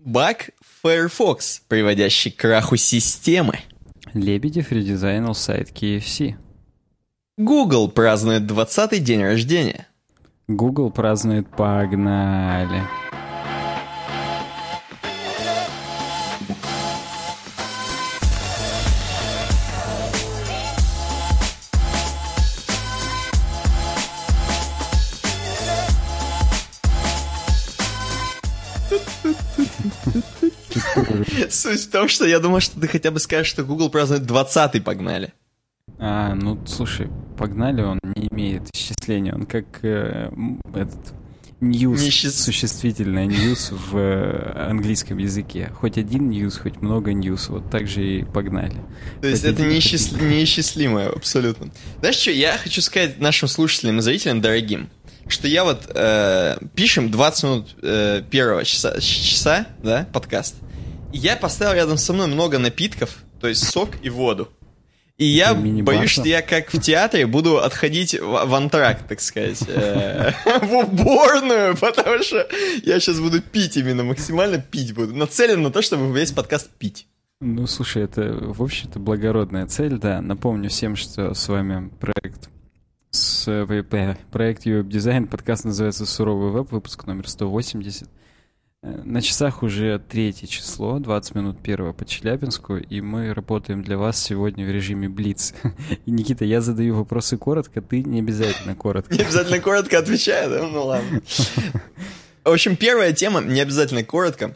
Баг Firefox, приводящий к краху системы. Лебедев редизайнил сайт KFC. Google празднует 20-й день рождения. Google празднует «Погнали». Суть в том, что я думал, что ты хотя бы скажешь, что Google празднует 20-й «Погнали». Ну, слушай, «Погнали» он не имеет исчисления. Он как этот news, существительное news в английском языке. Хоть один news, хоть много news. Вот так же и «Погнали». То есть это неисчислимое абсолютно. Знаешь что, я хочу сказать нашим слушателям и зрителям дорогим, что я вот пишем 20 минут первого часа, да, подкаст. И я поставил рядом со мной много напитков, то есть сок и воду. И я боюсь, что я как в театре буду отходить в антракт, так сказать, в уборную, потому что я сейчас буду пить именно, максимально пить буду. Нацелен на то, чтобы весь подкаст пить. Ну, слушай, это, в общем-то, благородная цель, да. Напомню всем, что с вами проект Веб-дизайн. Подкаст называется «Суровый веб», выпуск номер 180. На часах уже 3 число, 20 минут первого по Челябинску, и мы работаем для вас сегодня в режиме Блиц. И, Никита, я задаю вопросы коротко, ты не обязательно коротко. Не обязательно коротко отвечаю, да? Ну ладно. В общем, первая тема, не обязательно коротко,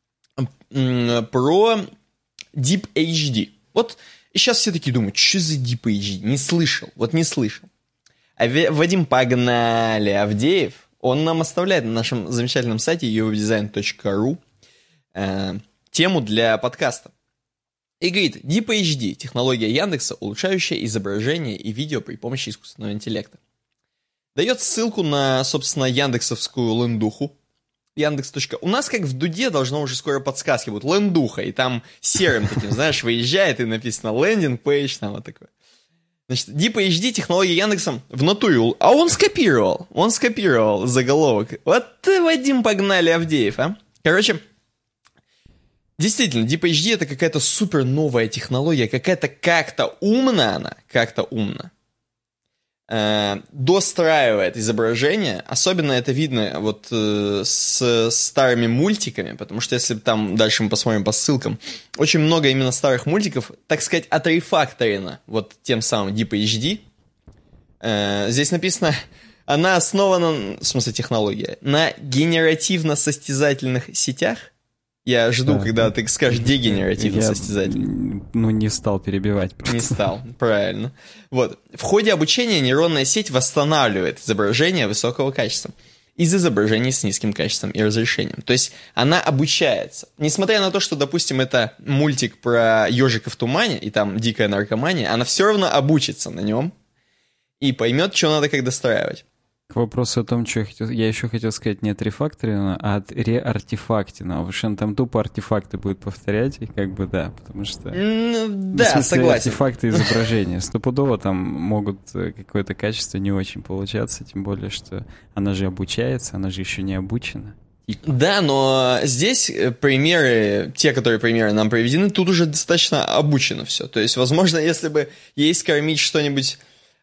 про Deep HD. Вот и сейчас все такие думают, что за Deep HD? Не слышал, вот не слышал. А Вадим Погнали Авдеев, он нам оставляет на нашем замечательном сайте uwebdesign.ru тему для подкаста. И говорит, Deep HD – технология Яндекса, улучшающая изображение и видео при помощи искусственного интеллекта. Дает ссылку на, собственно, яндексовскую лендуху. Яндекс. У нас, как в Дуде, должно уже скоро подсказки будут. Лендуха, и там серым таким, знаешь, выезжает, и написано лендинг-пейдж, там вот такое. Значит, Deep HD технология Яндексом в натуре. А он скопировал заголовок. Вот ты, Вадим, Погнали Авдеев, а? Короче, действительно, Deep HD это какая-то супер новая технология, как-то умна она, достраивает изображение. Особенно это видно вот с старыми мультиками, потому что если там дальше мы посмотрим по ссылкам, очень много именно старых мультиков, так сказать, отрефакторено вот тем самым Deep HD. Здесь написано, она основана, в смысле технология, на генеративно-состязательных сетях. Я жду, когда ты скажешь дегенеративно-состязательный. Не стал перебивать. Не стал, правильно. Вот. В ходе обучения нейронная сеть восстанавливает изображение высокого качества из изображений с низким качеством и разрешением. То есть она обучается. Несмотря на то, что, допустим, это мультик про ежика в тумане, и там дикая наркомания, она все равно обучится на нем и поймет, что надо как достраивать. К вопросу о том, что я еще хотел сказать, не от рефакторина, а от реартефактина. Потому что он там тупо артефакты будет повторять, и как бы да, потому что... да, согласен. Артефакты изображения. Стопудово там могут какое-то качество не очень получаться, тем более, что она же обучается, она же еще не обучена. Да, но здесь примеры, те, которые примеры нам приведены, тут уже достаточно обучено все. То есть, возможно, если бы ей скормить что-нибудь...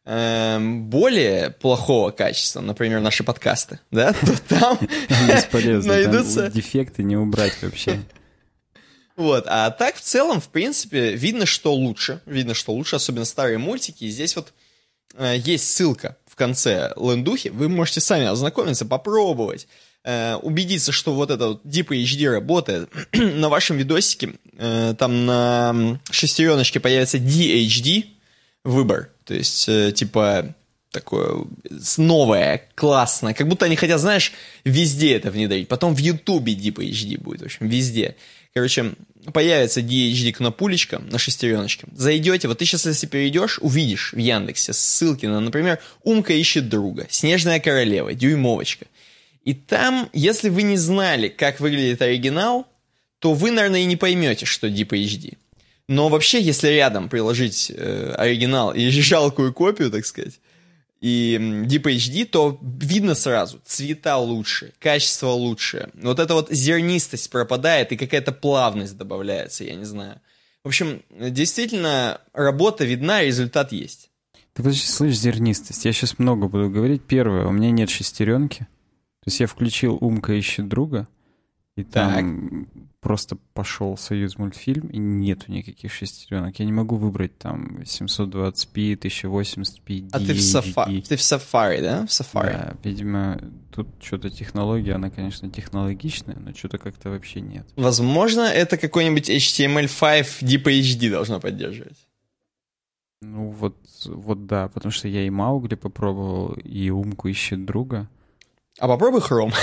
более плохого качества, например, наши подкасты, да, то там найдутся... дефекты не убрать вообще. Вот, а так в целом, в принципе, видно, что лучше, особенно старые мультики, и здесь вот есть ссылка в конце лендухи, вы можете сами ознакомиться, попробовать, убедиться, что вот это вот Deep HD работает. На вашем видосике там на шестереночке появится DHD выбор. То есть, типа, такое новое, классное. Как будто они хотят, знаешь, везде это внедрить. Потом в Ютубе Deep HD будет, в общем, везде. Короче, появится DHD кнопулечка на шестереночке. Зайдете, вот ты сейчас, если перейдешь, увидишь в Яндексе ссылки на, например, «Умка ищет друга», «Снежная королева», «Дюймовочка». И там, если вы не знали, как выглядит оригинал, то вы, наверное, и не поймете, что Deep HD. Но вообще, если рядом приложить оригинал и жалкую копию, так сказать, и Deep HD, то видно сразу, цвета лучше, качество лучше. Вот эта вот зернистость пропадает, и какая-то плавность добавляется, я не знаю. В общем, действительно, работа видна, результат есть. Ты подожди, слышь, зернистость. Я сейчас много буду говорить. Первое, у меня нет шестеренки. То есть я включил «Умка ищет друга», и там просто пошел Союзмультфильм, и нету никаких шестеренок. Я не могу выбрать там 720p, 1080p, А ты в Safari, да? В Safari. Да, видимо, тут что-то технология, она, конечно, технологичная, но что-то как-то вообще нет. Возможно, это какой-нибудь HTML5 Deep HD должно поддерживать. Ну вот да, потому что я и Маугли попробовал, и «Умку ищет друга». А попробуй Chrome.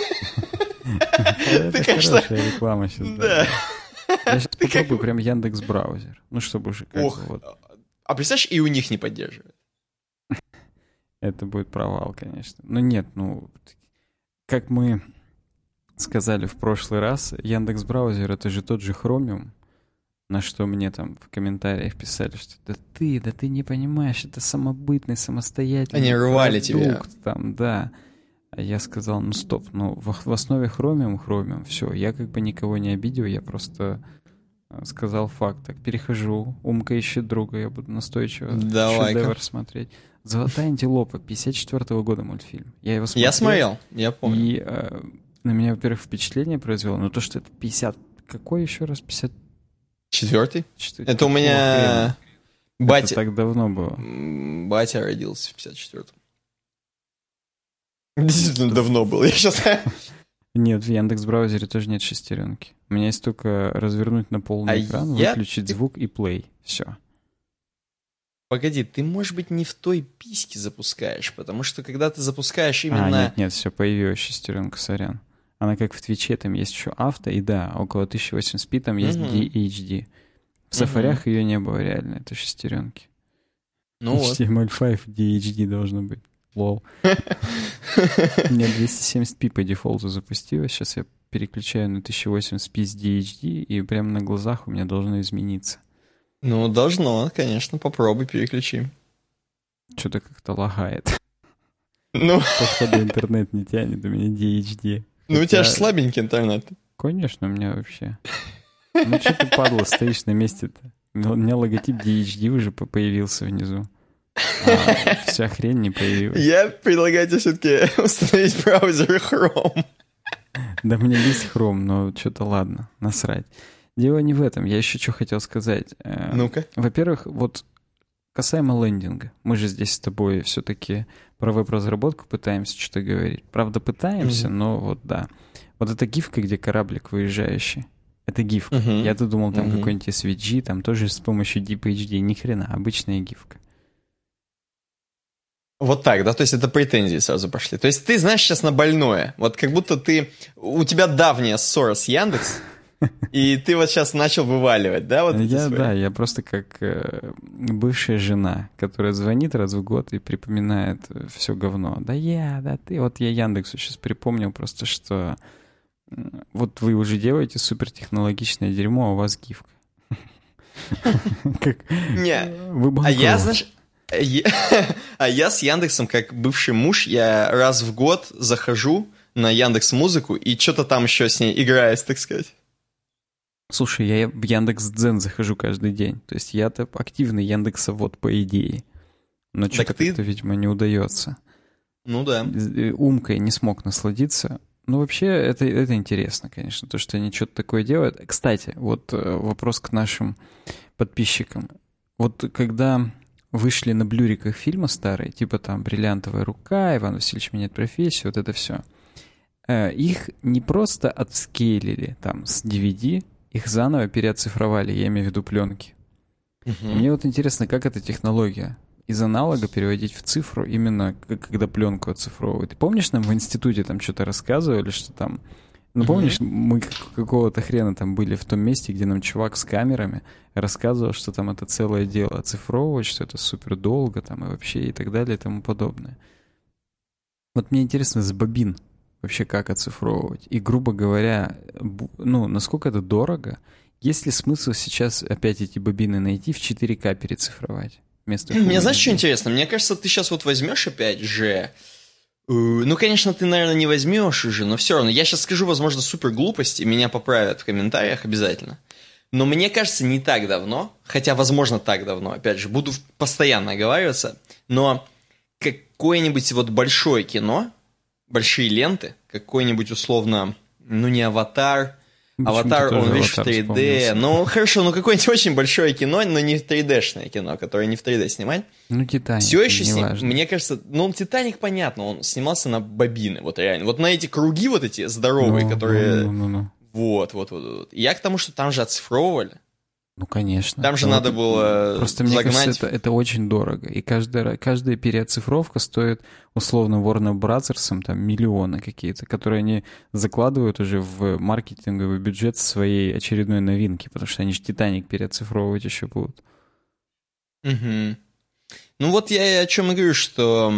Это хорошая реклама сейчас. Да. Я сейчас попробую прям Яндекс.Браузер. Ну, чтобы уже как бы вот... А представляешь, и у них не поддерживает. Это будет провал, конечно. Но нет, как мы сказали в прошлый раз, Яндекс.Браузер — это же тот же Chromium, на что мне там в комментариях писали, что да ты не понимаешь, это самобытный, самостоятельный Они рвали продукт, тебя. Там, да. А я сказал, стоп, в основе Chromium, все, я как бы никого не обидел, я просто сказал факт. Так, перехожу, «Умка ищет друга», я буду настойчиво шедевр смотреть. «Золотая антилопа», 54-го года мультфильм. Я его смотрел. Я смотрел, я помню. И на меня, во-первых, впечатление произвело, но то, что это 50... Какой еще раз? 50... Четвертый? Это у меня... Батя... Это так давно было. Батя родился в 54-м. Действительно давно было. Я сейчас... Нет, в Яндекс.Браузере тоже нет шестеренки. У меня есть только развернуть на полный экран, выключить звук и play. Все. Погоди, ты, может быть, не в той письке запускаешь, потому что когда ты запускаешь именно... Нет, все, появилась шестеренка, сорян. Она как в Твиче, там есть еще авто, и да, около 1080p там есть DHD. В сафарях ее не было реально, это шестеренки. HTML5 DHD должно быть. Лол. У меня 270p по дефолту запустилось. Сейчас я переключаю на 1080p с DHD, и прямо на глазах у меня должно измениться. Должно, конечно. Попробуй, переключи. Что-то как-то лагает. Походу интернет не тянет, у меня DHD. У тебя же слабенький интернет. Конечно, у меня вообще. Что ты, падла, стоишь на месте-то? У меня логотип DHD уже появился внизу. А вся хрень не появилась. Я предлагаю тебе все-таки установить браузер Chrome. Да мне есть Chrome, но что-то ладно, насрать. Дело не в этом. Я еще что хотел сказать. Ну-ка. Во-первых, вот касаемо лендинга. Мы же здесь с тобой все-таки про веб-разработку пытаемся что-то говорить. Правда, пытаемся, но вот да. Вот эта гифка, где кораблик выезжающий. Это гифка. Я-то думал, там какой-нибудь SVG, там тоже с помощью Deep HD. Ни хрена, обычная гифка. Вот так, да? То есть это претензии сразу пошли. То есть ты знаешь сейчас на больное. Вот как будто у тебя давняя ссора с Яндекс, и ты вот сейчас начал вываливать, да? Вот я просто как бывшая жена, которая звонит раз в год и припоминает все говно. Ты. Вот я Яндексу сейчас припомнил просто, что вот вы уже делаете супертехнологичное дерьмо, а у вас гифка. Не, а я, знаешь... А я с Яндексом, как бывший муж, я раз в год захожу на Яндекс.Музыку и что-то там еще с ней играюсь, так сказать. Слушай, я в Яндекс.Дзен захожу каждый день. То есть я-то активный яндексовод по идее. Но что-то как-то, видимо, не удается. Ну да. Умкой не смог насладиться. Ну, вообще, это интересно, конечно, то, что они что-то такое делают. Кстати, вот вопрос к нашим подписчикам. Вот когда... вышли на блюриках фильмы старые, типа там «Бриллиантовая рука», «Иван Васильевич меняет профессию», вот это все. Их не просто отскейлили там с DVD, их заново переоцифровали, я имею в виду пленки. Мне вот интересно, как эта технология из аналога переводить в цифру, именно когда пленку оцифровывают. Ты помнишь, нам в институте там что-то рассказывали, что там... помнишь, мы какого-то хрена там были в том месте, где нам чувак с камерами рассказывал, что там это целое дело оцифровывать, что это супер долго там и вообще и так далее и тому подобное. Вот мне интересно, с бобин вообще как оцифровывать? И, грубо говоря, насколько это дорого? Есть ли смысл сейчас опять эти бобины найти в 4К перецифровать? вместо Мне, знаешь, Full что HD. интересно? Мне кажется, ты сейчас вот возьмешь опять же... Ну, конечно, ты, наверное, не возьмешь уже, но все равно. Я сейчас скажу, возможно, супер глупость, и меня поправят в комментариях обязательно. Но мне кажется, не так давно, хотя, возможно, так давно, опять же, буду постоянно оговариваться, но какое-нибудь вот большое кино, большие ленты, какой-нибудь условно, ну не «Аватар», Почему-то «Аватар», он, тоже видишь, в «Аватар» 3D, вспомнился. ну хорошо, ну какое-нибудь очень большое кино, но не 3D-шное кино, которое не в 3D снимать. Ну, «Титаник», Все еще неважно. мне кажется, ну, «Титаник», понятно, он снимался на бобины, вот реально. Вот на эти круги вот эти здоровые, которые... Ну. Вот. Я к тому, что там же оцифровывали. Ну, конечно. Там же Да надо вот, было просто мне загнать... кажется, это очень дорого. И каждая переоцифровка стоит, условно, Warner Brothers там миллионы какие-то, которые они закладывают уже в маркетинговый бюджет своей очередной новинки, потому что они же «Титаник» переоцифровывать еще будут. Мгм. Ну вот я и о чем и говорю, что...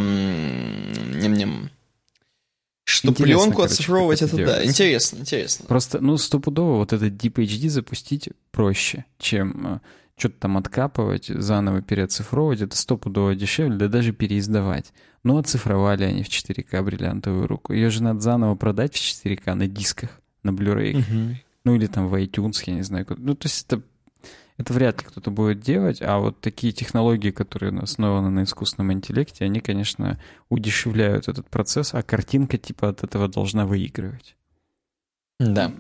Что Интересно, пленку короче, оцифровывать, как это это да, делается. интересно. Просто, ну, стопудово вот этот Deep HD запустить проще, чем что-то там откапывать, заново переоцифровывать. Это стопудово дешевле, да даже переиздавать. Ну, оцифровали они в 4К бриллиантовую руку. Ее же надо заново продать в 4К на дисках, на Blu-ray. Мгм. Ну, или там в iTunes, я не знаю. Ну, то есть это вряд ли кто-то будет делать, а вот такие технологии, которые основаны на искусственном интеллекте, они, конечно, удешевляют этот процесс, а картинка типа от этого должна выигрывать. Да.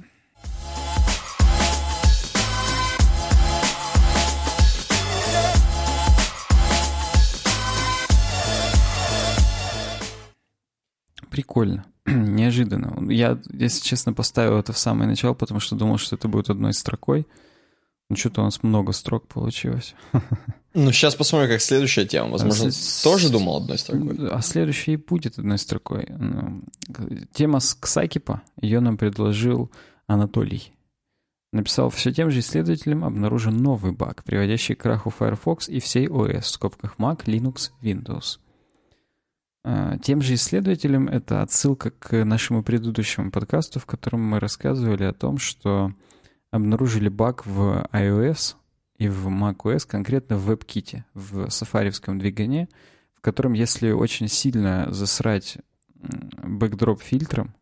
Прикольно. Неожиданно. Я, если честно, поставил это в самое начало, потому что думал, что это будет одной строкой. Ну, что-то у нас много строк получилось. Ну, сейчас посмотрим, как следующая тема. Возможно, тоже думал одной строкой. А следующая и будет одной строкой. Тема с Ксакипа, ее нам предложил Анатолий. Написал: все тем же исследователям обнаружен новый баг, приводящий к краху Firefox и всей OS, в скобках Mac, Linux, Windows. Тем же исследователям это отсылка к нашему предыдущему подкасту, в котором мы рассказывали о том, что обнаружили баг в iOS и в macOS, конкретно в WebKit, в сафаривском двигуне, в котором, если очень сильно засрать бэкдроп фильтром,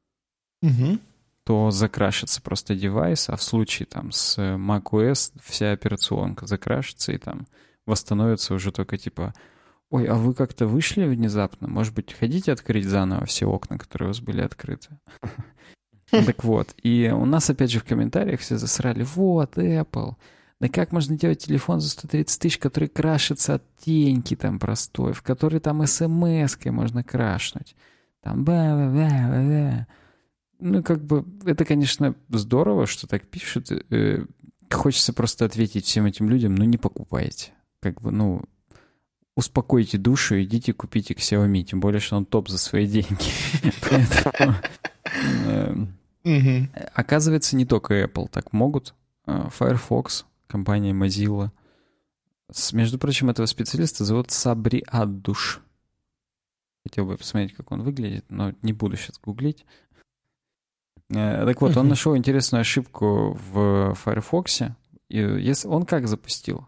то закрашится просто девайс, а в случае там с macOS вся операционка закрашится и там восстановится уже только типа: ой, а вы как-то вышли внезапно? Может быть, хотите открыть заново все окна, которые у вас были открыты? Так вот, и у нас опять же в комментариях все засрали: вот, Apple, да как можно делать телефон за 130 тысяч, который крашится от теньки там простой, в который там смс-кой можно крашнуть? Там ба-ба-ба-ба-ба. Ну, как бы, это, конечно, здорово, что так пишут. Хочется просто ответить всем этим людям: ну, не покупайте. Как бы, ну, успокойте душу, идите купите Xiaomi, тем более, что он топ за свои деньги. Поэтому... Оказывается, не только Apple так могут. Firefox, компания Mozilla. Между прочим, этого специалиста зовут Сабри Аддуш. Хотел бы посмотреть, как он выглядит, но не буду сейчас гуглить. Так вот, он нашел интересную ошибку в Firefox. И если он как запустил?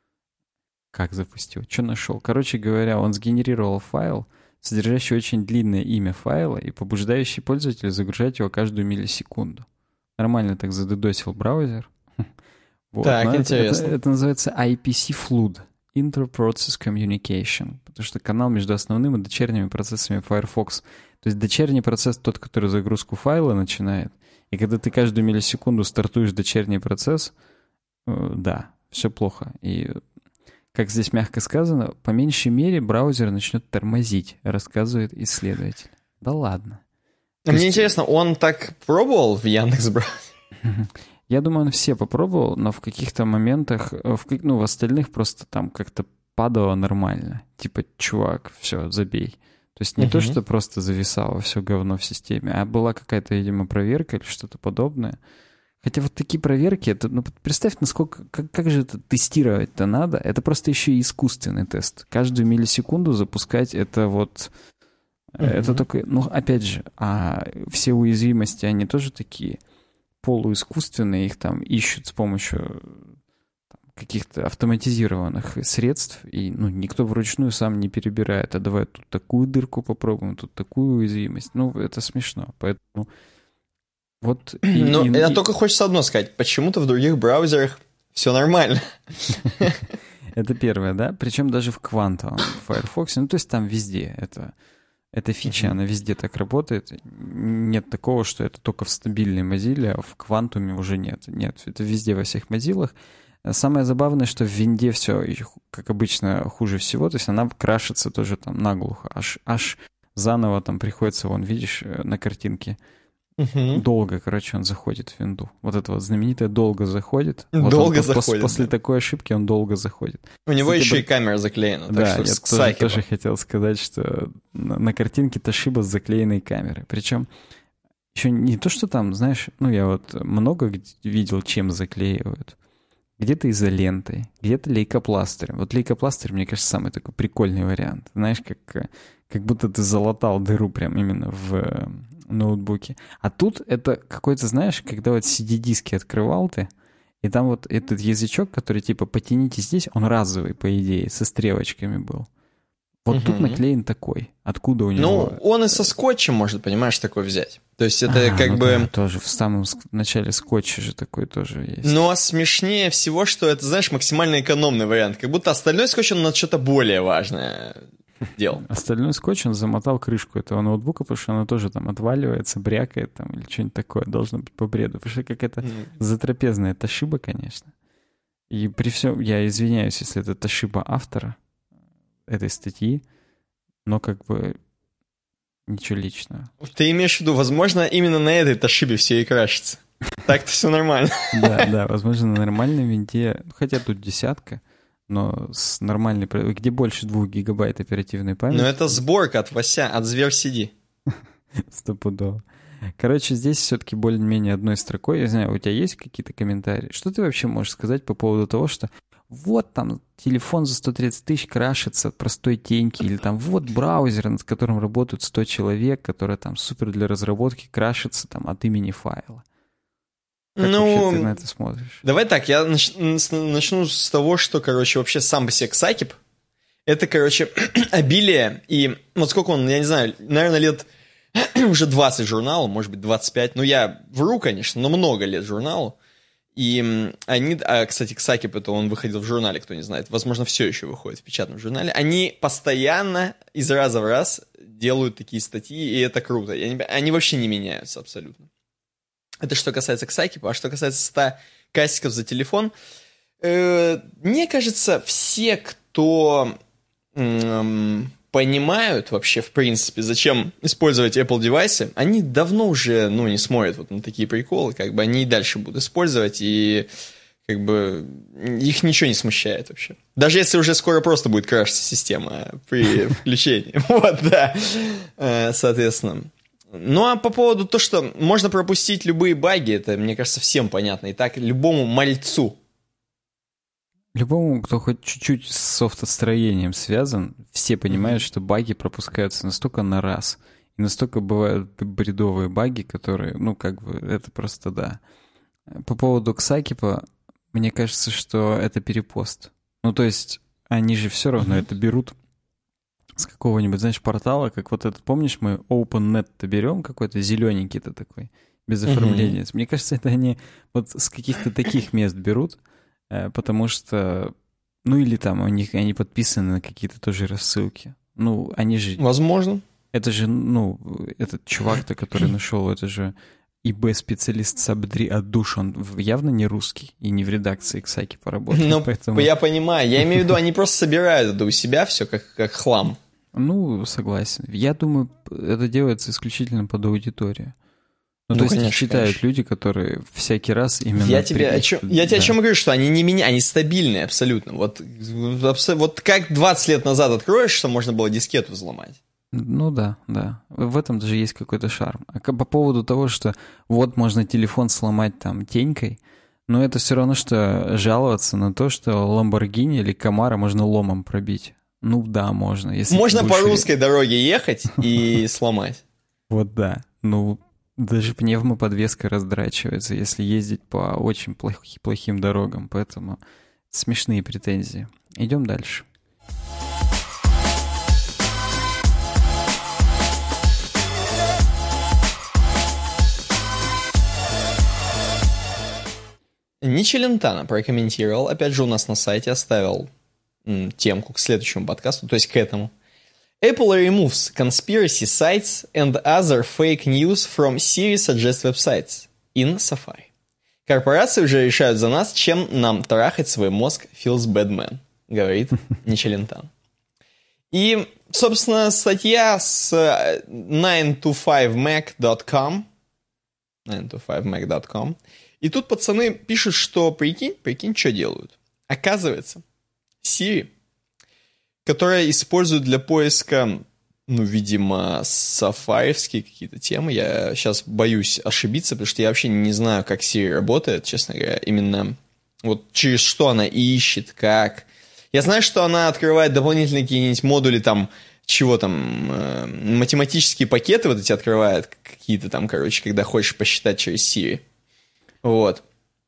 Что нашел? Короче говоря, он сгенерировал файл, содержащий очень длинное имя файла и побуждающий пользователя загружать его каждую миллисекунду. Нормально так задедосил браузер. Вот. Так, интересно. Это называется IPC Flood. Inter-Process Communication. Потому что канал между основным и дочерними процессами Firefox. То есть дочерний процесс тот, который загрузку файла начинает. И когда ты каждую миллисекунду стартуешь дочерний процесс, да, все плохо. И, как здесь мягко сказано, по меньшей мере браузер начнет тормозить, рассказывает исследователь. Да ладно. Мне интересно, он так пробовал в Яндекс.Браузере? Я думаю, он все попробовал, но в каких-то моментах, в остальных просто там как-то падало нормально. Типа, чувак, все, забей. То есть не то, что просто зависало все говно в системе, а была какая-то, видимо, проверка или что-то подобное. Хотя вот такие проверки, это, ну, представь, насколько, как же это тестировать-то надо. Это просто еще и искусственный тест. Каждую миллисекунду запускать это вот... Это только, ну, опять же, а все уязвимости, они тоже такие полуискусственные, их там ищут с помощью каких-то автоматизированных средств, и ну, никто вручную сам не перебирает, а давай тут такую дырку попробуем, тут такую уязвимость. Ну, это смешно. Поэтому вот... Только хочется одно сказать. Почему-то в других браузерах все нормально. Это первое, да? Причем даже в квантовом Firefox, ну, то есть там везде эта фича, она везде так работает. Нет такого, что это только в стабильной Mozilla, а в квантуме уже нет. Нет, это везде во всех Mozilla. Самое забавное, что в винде все, как обычно, хуже всего. То есть она крашится тоже там наглухо. Аж заново там приходится, вон, видишь, на картинке. Долго, короче, он заходит в винду. Вот это вот знаменитое «долго заходит». Долго заходит. После такой ошибки он долго заходит. У него еще и камера заклеена. Да, я тоже хотел сказать, что на картинке Toshiba с заклеенной камерой. Причем еще не то, что там, знаешь, ну я вот много видел, чем заклеивают. Где-то изолентой, где-то лейкопластырем. Вот лейкопластырь, мне кажется, самый такой прикольный вариант. Знаешь, как будто ты залатал дыру прям именно в ноутбуке. А тут это какой-то, знаешь, когда вот CD-диски открывал ты, и там вот этот язычок, который типа «потяните здесь», он разовый, по идее, со стрелочками был. Вот тут наклеен такой. Откуда у него... Ну, он и со скотчем может, понимаешь, такой взять. То есть это как бы... Да, тоже в самом начале скотча же такой тоже есть. Ну, а смешнее всего, что это, знаешь, максимально экономный вариант. Как будто остальной скотч, он на что-то более важное делал. Остальной скотч, он замотал крышку этого ноутбука, потому что она тоже там отваливается, брякает там или что-нибудь такое. Должно быть по бреду. Потому что какая-то затрапезная Toshiba, конечно. И при всем... Я извиняюсь, если это Toshiba автора этой статьи, но как бы ничего личного. Ты имеешь в виду, возможно, именно на этой Toshiba все и крашится. Так-то все нормально. Да, возможно, на нормальном винде, хотя тут десятка, но с нормальной, где больше 2 гигабайт оперативной памяти. Но это сборка от Вася, от Зверь-CD. Стопудово. Короче, здесь все-таки более-менее одной строкой. Я знаю, у тебя есть какие-то комментарии? Что ты вообще можешь сказать по поводу того, что вот там телефон за 130 тысяч крашится от простой теньки, или там вот браузер, над которым работают 100 человек, который там супер для разработки, крашится там от имени файла. Как вообще ты на это смотришь? Давай так, я начну с того, что, короче, вообще сам по себе Xakib — это, короче, обилие, и вот сколько он, я не знаю, наверное, лет уже 20 журналу, может быть, 25, ну я вру, конечно, но много лет журналу. И они, кстати, Xakib, это он выходил в журнале, кто не знает, возможно, все еще выходит в печатном журнале, они постоянно из раза в раз делают такие статьи, и это круто. Они вообще не меняются абсолютно. Это что касается Xakib, а что касается 100 кассиков за телефон, мне кажется, все, кто понимают вообще, в принципе, зачем использовать Apple девайсы, они давно уже, не смотрят вот на такие приколы, как бы они и дальше будут использовать, и как бы их ничего не смущает вообще. Даже если уже скоро просто будет крашиться система при включении. Вот, да. Соответственно. Ну, а по поводу того, что можно пропустить любые баги, это, мне кажется, всем понятно. И так любому мальцу. Любому, кто хоть чуть-чуть с софтостроением связан, все понимают, что баги пропускаются настолько на раз. И настолько бывают бредовые баги, которые, это просто да. По поводу Xakib, мне кажется, что это перепост. То есть, они же все равно это берут с какого-нибудь, знаешь, портала, как вот этот, помнишь, мы OpenNet-то берем, какой-то зелененький-то такой, без оформления. Мне кажется, это они вот с каких-то таких мест берут, потому что, или там у них они подписаны на какие-то тоже рассылки. Они же... Возможно. Это же, этот чувак-то, который нашел, это же ИБ-специалист Сабдри Адуш, он явно не русский и не в редакции Xakib поработал. Поэтому... Я понимаю, я имею в виду, они просто собирают это у себя все как хлам. Согласен. Я думаю, это делается исключительно под аудиторию. То есть конечно, читают конечно. Люди, которые всякий раз именно... Я тебе о чем говорю, что они не меняют, они стабильные абсолютно. Вот как 20 лет назад откроешь, что можно было дискету взломать. Да. В этом даже есть какой-то шарм. А по поводу того, что вот можно телефон сломать там тенькой, но это все равно, что жаловаться на то, что Lamborghini или Camaro можно ломом пробить. Да, можно. Если можно по русской дороге ехать и сломать. Вот да. Даже пневмоподвеска раздрачивается, если ездить по очень плохим дорогам. Поэтому Смешные претензии. Идем дальше. Ничелентано прокомментировал, опять же у нас на сайте оставил темку к следующему подкасту, то есть к этому. Apple removes conspiracy sites and other fake news from Siri suggest websites in Safari. Корпорации уже решают за нас, чем нам трахать свой мозг feels bad man, говорит Ничелентано. И, собственно, статья с 9to5mac.com 9to5mac.com. И тут пацаны пишут, что прикинь, что делают. Оказывается, Siri, которая использует для поиска, видимо, сафариевские какие-то темы. Я сейчас боюсь ошибиться, потому что я вообще не знаю, как Siri работает, честно говоря. Именно вот через что она ищет, как. Я знаю, что она открывает дополнительные какие-нибудь модули, там, чего там, математические пакеты вот эти открывает, какие-то там, когда хочешь посчитать через Siri. Вот.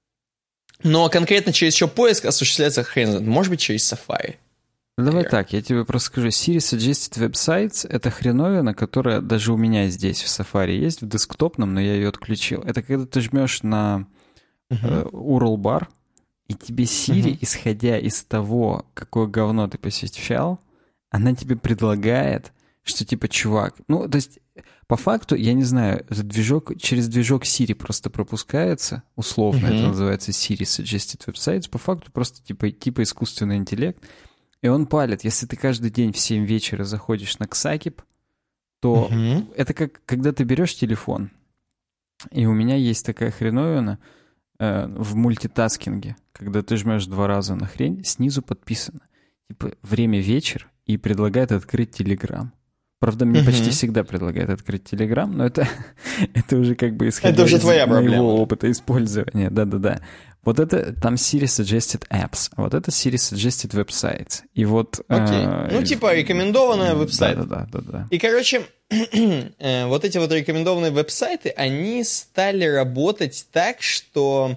Но конкретно через что поиск осуществляется хрен знает. Может быть, через Safari. Давай так, я тебе просто скажу. Siri Suggested Websites — это хреновина, которая даже у меня здесь в Safari есть, в десктопном, но я ее отключил. Это когда ты жмешь на URL-бар, и тебе Siri, исходя из того, какое говно ты посещал, она тебе предлагает, что типа, чувак, то есть по факту, я не знаю, через движок Siri просто пропускается, условно это называется Siri Suggested Websites, по факту просто типа искусственный интеллект, и он палит. Если ты каждый день в 7 вечера заходишь на Ксакип, то это как когда ты берешь телефон, и у меня есть такая хреновина в мультитаскинге, когда ты жмешь 2 раза на хрень, снизу подписано, типа, время вечер, и предлагает открыть Телеграм. Правда, мне почти всегда предлагают открыть Телеграм, но это уже как бы исходя из моего опыта использования. Да-да-да. Вот это там Siri Suggested Apps, а вот это Siri Suggested Websites. И вот... Окей. Типа рекомендованная веб-сайт. Да. И, короче, вот эти вот рекомендованные веб-сайты, они стали работать так, что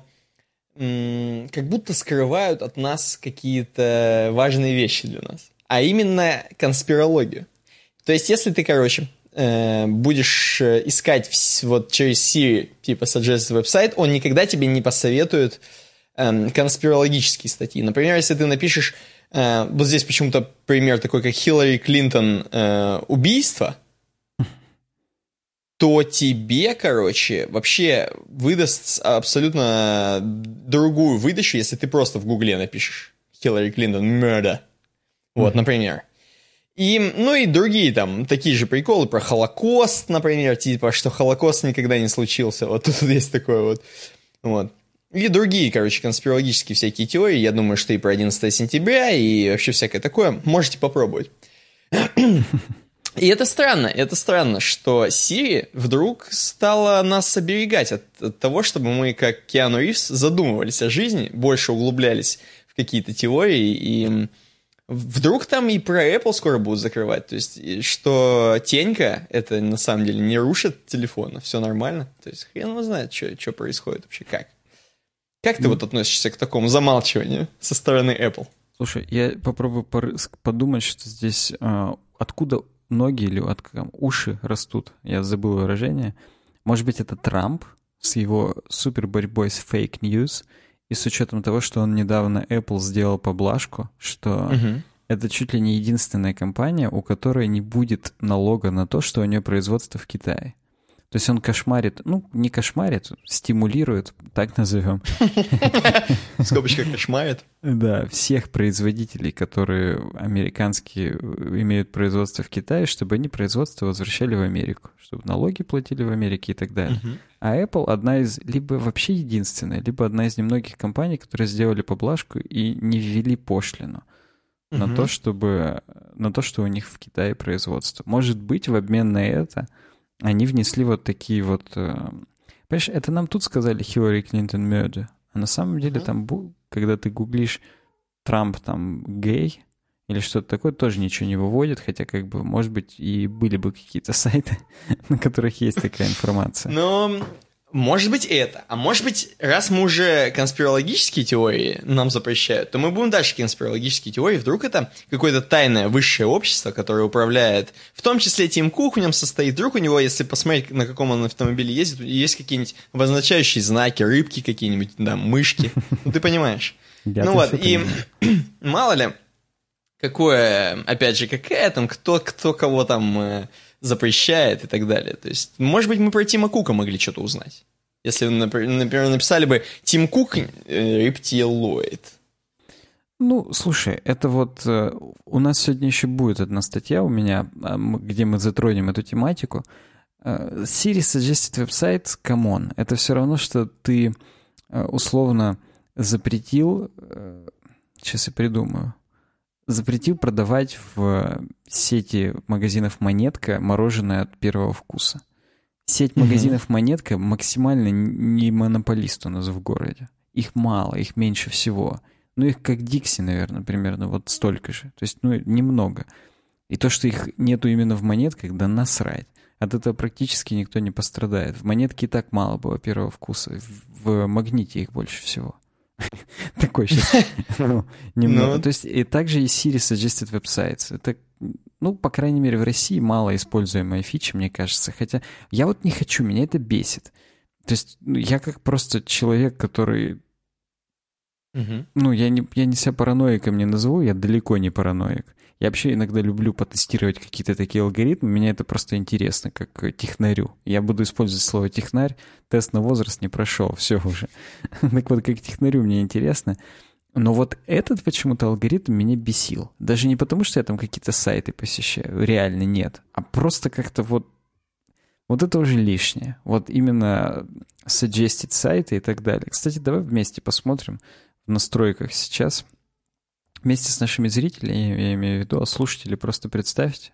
как будто скрывают от нас какие-то важные вещи для нас. А именно конспирологию. То есть, если ты, будешь искать вот через Siri, типа Suggested Website, он никогда тебе не посоветует конспирологические статьи. Например, если ты напишешь, вот здесь почему-то пример такой, как Хиллари Клинтон убийство, то тебе, вообще выдаст абсолютно другую выдачу, если ты просто в Гугле напишешь Хиллари Клинтон murder. Вот, например. И, и другие там, такие же приколы про Холокост, например, типа, что Холокост никогда не случился. Вот тут есть такое вот. И другие, конспирологические всякие теории. Я думаю, что и про 11 сентября, и вообще всякое такое. Можете попробовать. И это странно, что Siri вдруг стала нас оберегать от того, чтобы мы, как Киану Ривз, задумывались о жизни, больше углублялись в какие-то теории, и вдруг там и про Apple скоро будут закрывать. То есть, что тенька, это на самом деле не рушит телефон, все нормально. То есть, хрен его знает, что происходит вообще, как. Как ты вот относишься к такому замалчиванию со стороны Apple? Слушай, я попробую подумать, что здесь откуда ноги или уши растут. Я забыл выражение. Может быть, это Трамп с его супер борьбой с фейк-ньюс, и с учетом того, что он недавно Apple сделал поблажку, что это чуть ли не единственная компания, у которой не будет налога на то, что у нее производство в Китае. То есть он кошмарит, не кошмарит, стимулирует, так назовем. Скобочка кошмарит. Да, всех производителей, которые американские имеют производство в Китае, чтобы они производство возвращали в Америку, чтобы налоги платили в Америке и так далее. А Apple одна из, либо вообще единственная, либо одна из немногих компаний, которые сделали поблажку и не ввели пошлину на то, что у них в Китае производство. Может быть, в обмен на это они внесли вот такие вот... Понимаешь, это нам тут сказали Хиллари Клинтон murder, а на самом деле там, когда ты гуглишь Трамп там гей или что-то такое, тоже ничего не выводит, хотя может быть и были бы какие-то сайты, на которых есть такая информация. Но Может быть это. А может быть, раз мы уже конспирологические теории нам запрещают, то мы будем дальше конспирологические теории. Вдруг это какое-то тайное высшее общество, которое управляет, в том числе Тим Кук в нем состоит. Вдруг у него, если посмотреть, на каком он автомобиле ездит, есть какие-нибудь обозначающие знаки, рыбки какие-нибудь, да, мышки. Ну, ты понимаешь. Ну вот, и мало ли, какое, опять же, какая там, кто кого там запрещает и так далее. То есть, может быть, мы про Тима Кука могли что-то узнать. Если, например, написали бы «Тим Кук рептилоид». Ну, слушай, это вот... У нас сегодня еще будет одна статья у меня, где мы затронем эту тематику. Siri Suggested Website, камон. Это все равно, что ты условно запретил... Сейчас я придумаю. Запретил продавать в сети магазинов «Монетка» мороженое от первого вкуса. Сеть магазинов «Монетка» максимально не монополист у нас в городе. Их мало, их меньше всего. Ну, их как Дикси, наверное, примерно вот столько же. То есть, ну, немного. И то, что их нету именно в «Монетках», да насрать. От этого практически никто не пострадает. В «Монетке» и так мало было первого вкуса. В «Магните» их больше всего. Такой сейчас, немного. То есть, и также и Siri Suggested Websites. Это, ну, по крайней мере, в России мало используемая фича, мне кажется. Хотя я вот не хочу, меня это бесит. То есть, я как просто человек, который... Ну, я не себя параноиком не назову, я далеко не параноик. Я вообще иногда люблю потестировать какие-то такие алгоритмы, мне это просто интересно, как технарю. Я буду использовать слово «технарь», тест на возраст не прошел, все уже. Так вот, как технарю мне интересно. Но вот этот почему-то алгоритм меня бесил. Даже не потому, что я там какие-то сайты посещаю, реально нет, а просто как-то вот это уже лишнее. Вот именно suggested сайты и так далее. Кстати, давай вместе посмотрим в настройках сейчас. Вместе с нашими зрителями, я имею в виду, а слушатели просто представьте.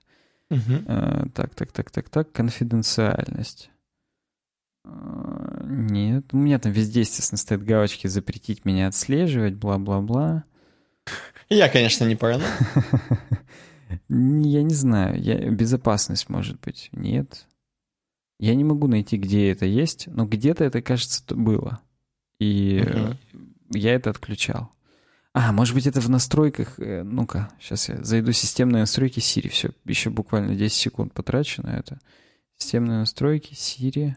Так, конфиденциальность. Нет, у меня там везде, естественно, стоят галочки «запретить меня отслеживать», бла-бла-бла. Я, конечно, не параноик. Я не знаю, безопасность, может быть, нет. Я не могу найти, где это есть, но где-то это, кажется, было. И я это отключал. Может быть, это в настройках. Ну-ка, сейчас я зайду в системные настройки Siri. Все, еще буквально 10 секунд потрачу на это. Системные настройки Siri.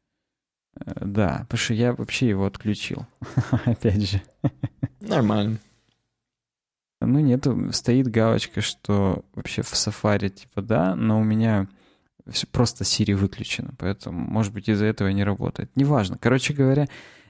Да, потому что я вообще его отключил. Опять же. Нормально. Ну, нету, стоит галочка, что вообще в Safari типа да, но у меня все просто Siri выключено, поэтому, может быть, из-за этого не работает. Неважно. Короче говоря,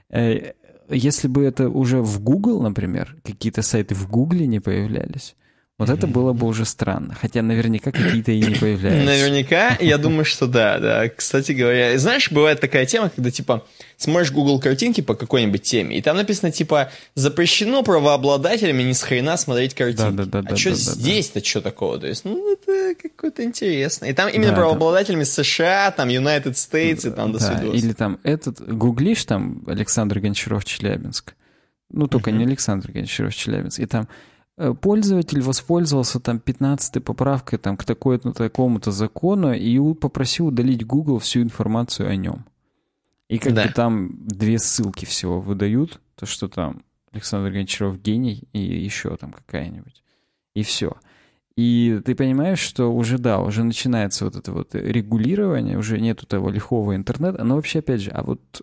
если бы это уже в Google, например, какие-то сайты в Google не появлялись, вот это было бы уже странно. Хотя наверняка какие-то и не появляются. Наверняка, я думаю, что да. Кстати говоря, знаешь, бывает такая тема, когда, типа, смотришь Google картинки по какой-нибудь теме, и там написано, типа, запрещено правообладателями ни с хрена смотреть картинки. А что здесь-то, что такого? То есть, ну, это какое-то интересно. И там именно правообладателями США, там, United States, и там до свидос. Или там гуглишь, там, Александр Гончаров, Челябинск. Ну, только не Александр Гончаров, Челябинск. И там пользователь воспользовался там 15-й поправкой там, к такому-то закону и попросил удалить Google всю информацию о нем. И как бы там 2 ссылки всего выдают, то что там Александр Гончаров гений и еще там какая-нибудь. И все. И ты понимаешь, что уже начинается вот это вот регулирование, уже нету того лихого интернета. Но вообще, опять же,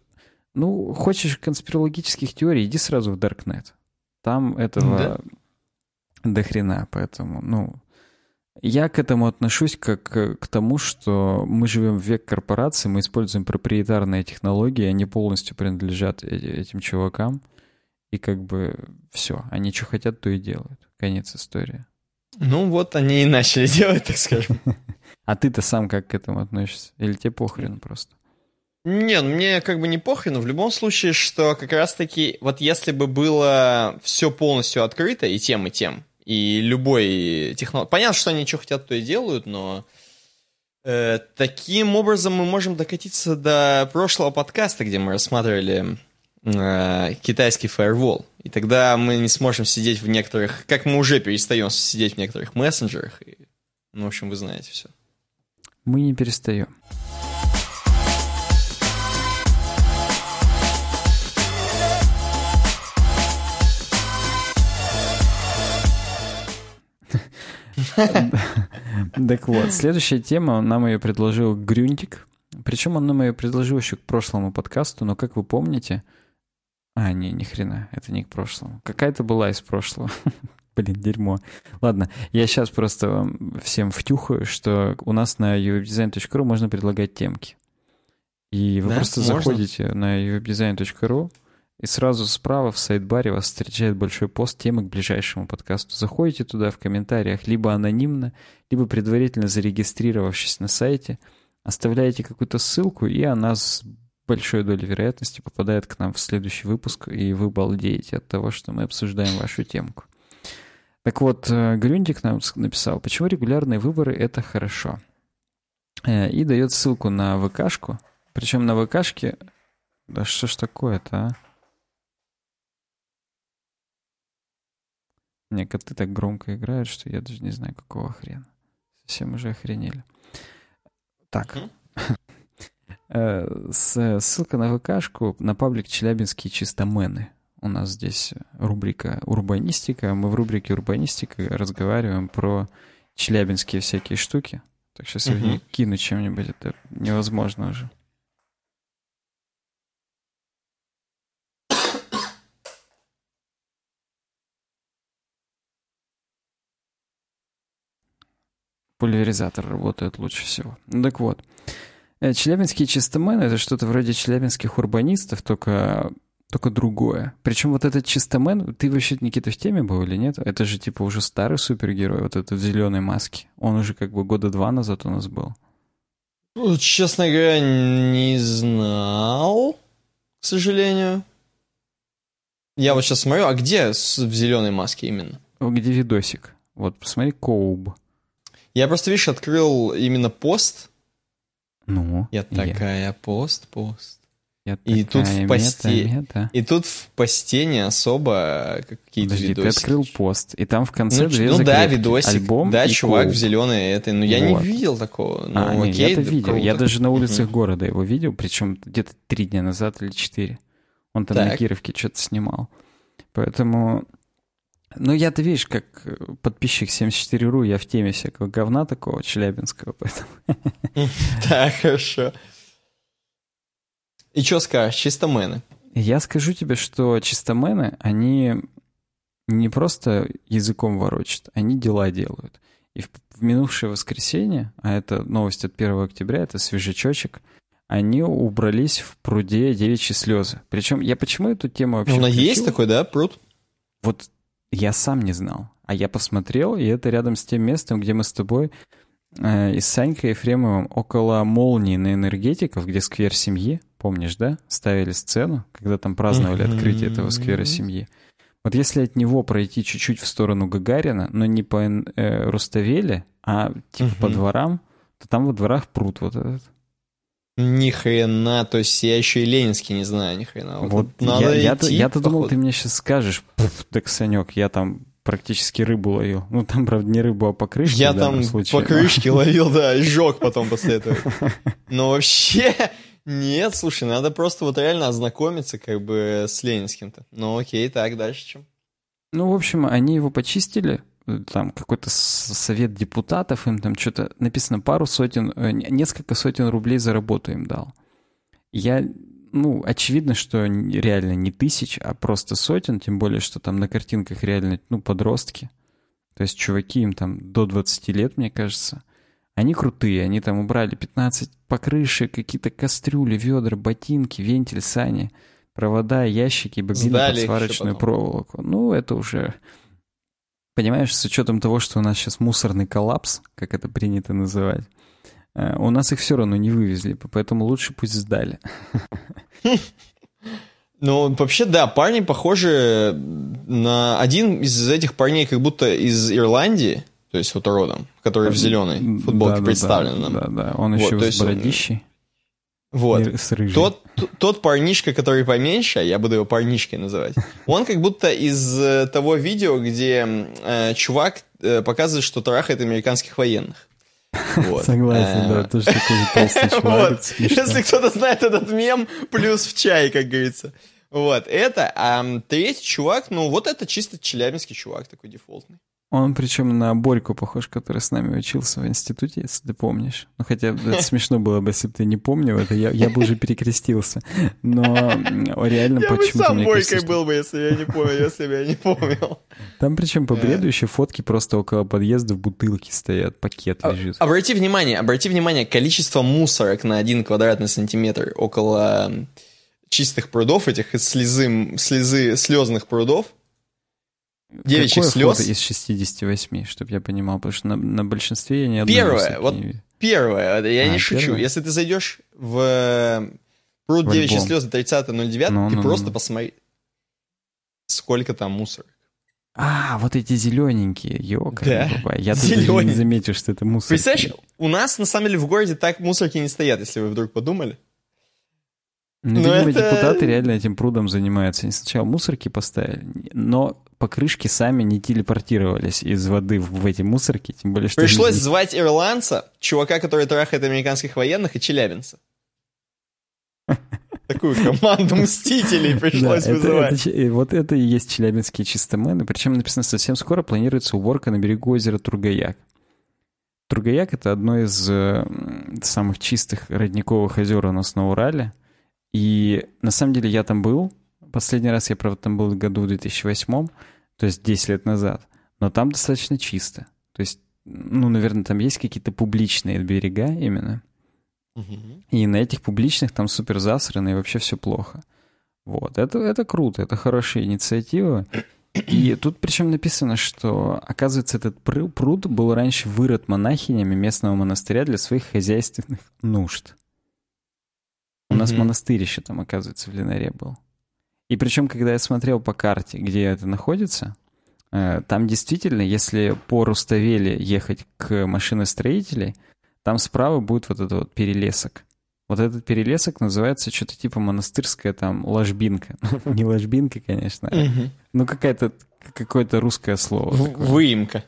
хочешь конспирологических теорий, иди сразу в Darknet. Там этого... До хрена, поэтому, я к этому отношусь как к тому, что мы живем в век корпораций, мы используем проприетарные технологии, они полностью принадлежат этим чувакам, и как бы все, они что хотят, то и делают. Конец истории. Ну вот они и начали делать, так скажем. А ты-то сам как к этому относишься? Или тебе похрен просто? Не, мне как бы не похрен, но в любом случае, что как раз-таки, вот если бы было все полностью открыто, и тем, и любой технологии... Понятно, что они что хотят, то и делают, но таким образом мы можем докатиться до прошлого подкаста, где мы рассматривали китайский фаервол. И тогда мы не сможем сидеть в некоторых... Как мы уже перестаем сидеть в некоторых мессенджерах. В общем, вы знаете все. Мы не перестаем. Так вот, следующая тема, нам ее предложил Грюнтик. Причем он нам ее предложил еще к прошлому подкасту, но, как вы помните... ни хрена, это не к прошлому. Какая-то была из прошлого. Блин, дерьмо. Ладно, я сейчас просто вам всем втюхаю, что у нас на uwebdesign.ru можно предлагать темки. И вы просто заходите на uwebdesign.ru, и сразу справа в сайдбаре вас встречает большой пост темы к ближайшему подкасту. Заходите туда в комментариях либо анонимно, либо предварительно зарегистрировавшись на сайте, оставляете какую-то ссылку, и она с большой долей вероятности попадает к нам в следующий выпуск, и вы балдеете от того, что мы обсуждаем вашу темку. Так вот, Грюндик нам написал, почему регулярные выборы — это хорошо. И дает ссылку на ВКшку. Причем на ВКшке... Да что ж такое-то, а? Не, коты так громко играют, что я даже не знаю, какого хрена. Совсем уже охренели. Так. Ссылка на ВКшку, на паблик «Челябинские чистомены». У нас здесь рубрика «Урбанистика». Мы в рубрике «Урбанистика» разговариваем про челябинские всякие штуки. Так сейчас я кину чем-нибудь, это невозможно уже. Пульверизатор работает лучше всего. Ну так вот. Челябинские чистомены — это что-то вроде челябинских урбанистов, только другое. Причем вот этот чистомен, ты вообще, Никита, в теме был или нет? Это же типа уже старый супергерой, вот этот в зеленой маске. Он уже как бы 2 года назад у нас был. Ну, честно говоря, не знал, к сожалению. Я вот сейчас смотрю, а где в зеленой маске именно? Где видосик? Вот, посмотри, Коуб. Я просто, видишь, открыл именно пост. Ну, я такая, пост. И тут в посте, и тут в посте не особо какие-то видосики. Ты открыл пост, и там в конце две закрепки. Да, видосик, альбом да, и чувак Коуб. В зеленой этой, но я не видел такого. Ну, окей, я это видел, круто. я даже на улицах города его видел, причем где-то 3 дня назад или 4. Он там на Кировке что-то снимал. Поэтому... Ну, я-то, видишь, как подписчик 74.ru, я в теме всякого говна такого челябинского, поэтому... Так, хорошо. И что скажешь, чистомены? Я скажу тебе, что чистомены, они не просто языком ворочат, они дела делают. И в минувшее воскресенье, а это новость от 1 октября, это свежачочек, они убрались в пруде девичьи слезы. Причем я почему эту тему вообще включил? Есть такой, да, пруд? Вот я сам не знал. А я посмотрел, и это рядом с тем местом, где мы с тобой и с Санькой Ефремовым около молнии на Энергетиков, где сквер семьи, помнишь, да? Ставили сцену, когда там праздновали открытие этого сквера семьи. Вот если от него пройти чуть-чуть в сторону Гагарина, но не по Руставели, а типа по дворам, то там во дворах пруд вот этот. Ни хрена, то есть я еще и Ленинский не знаю, ни хрена. Вот я-то думал, ты мне сейчас скажешь, так, Санек, я там практически рыбу ловил. Ну, там, правда, не рыбу, а покрышки. Я там покрышки ловил, да, и сжег потом после этого. Но вообще, нет, слушай, надо просто вот реально ознакомиться как бы с Ленинским-то. Ну, окей, так, дальше чем? Ну, в общем, они его почистили. Там какой-то совет депутатов, им там что-то написано несколько сотен рублей за работу им дал. Очевидно, что реально не 1000, а просто сотен, тем более, что там на картинках реально, подростки. То есть чуваки им там до 20 лет, мне кажется. Они крутые, они там убрали 15 покрышек, какие-то кастрюли, ведра, ботинки, вентиль, сани, провода, ящики, бобины под сварочную проволоку. Ну, это уже... Понимаешь, с учетом того, что у нас сейчас мусорный коллапс, как это принято называть, у нас их все равно не вывезли, поэтому лучше пусть сдали. Ну, вообще, да, парни похожи на... Один из этих парней как будто из Ирландии, то есть вот родом, который в зеленой футболке представлен. Да, он еще с бородищей. Вот. Тот парнишка, который поменьше, я буду его парнишкой называть, он как будто из того видео, где чувак показывает, что трахает американских военных. Вот. Согласен, да, тоже такой же толстый чувак. Если кто-то знает этот мем, плюс в чай, как говорится. Вот, это. А третий чувак, это чисто челябинский чувак, такой дефолтный. Он причем на Борьку похож, который с нами учился в институте, если ты помнишь. Ну, хотя это смешно было бы, если бы ты не помнил это, я бы уже перекрестился. Но реально почему-то... Я бы сам Борькой был бы, если я не помнил, если бы я не помнил. Там причем по бреду еще фотки просто около подъезда в бутылке стоят, пакет лежит. Обрати внимание, количество мусорок на 1 квадратный сантиметр около чистых прудов, этих из слезных прудов. Девичьих слез. Фото из 68, чтобы я понимал, потому что на большинстве я ни одной не вижу. Первое, я не шучу. Первое? Если ты зайдешь в пруд девичьих слез 30.09, ты просто посмотри, сколько там мусора. Вот эти зелененькие, Да, я тут даже не заметил, что это мусор. Представляешь, у нас, на самом деле, в городе так мусорки не стоят, если вы вдруг подумали. Видимо, депутаты реально этим прудом занимаются. Они сначала мусорки поставили, но покрышки сами не телепортировались из воды в эти мусорки, тем более, что... Пришлось звать ирландца, чувака, который трахает американских военных, и челябинца. Такую команду мстителей пришлось вызывать. Вот это и есть челябинские чистомены. Причем написано, совсем скоро планируется уборка на берегу озера Тургаяк. Тургаяк — это одно из самых чистых родниковых озер у нас на Урале. И на самом деле я там был. Последний раз я, правда, там был в году в 2008, то есть 10 лет назад. Но там достаточно чисто. То есть, наверное, там есть какие-то публичные берега именно. И на этих публичных там супер засрано, и вообще все плохо. Вот. Это круто, это хорошая инициатива. И тут причем написано, что, оказывается, этот пруд был раньше вырыт монахинями местного монастыря для своих хозяйственных нужд. У нас монастырь еще там, оказывается, в Линаре был. И причем, когда я смотрел по карте, где это находится, там действительно, если по Руставели ехать к машиностроителей, там справа будет вот этот вот перелесок. Вот этот перелесок называется что-то типа монастырская там ложбинка. Не ложбинка, конечно, какое-то русское слово. Выемка.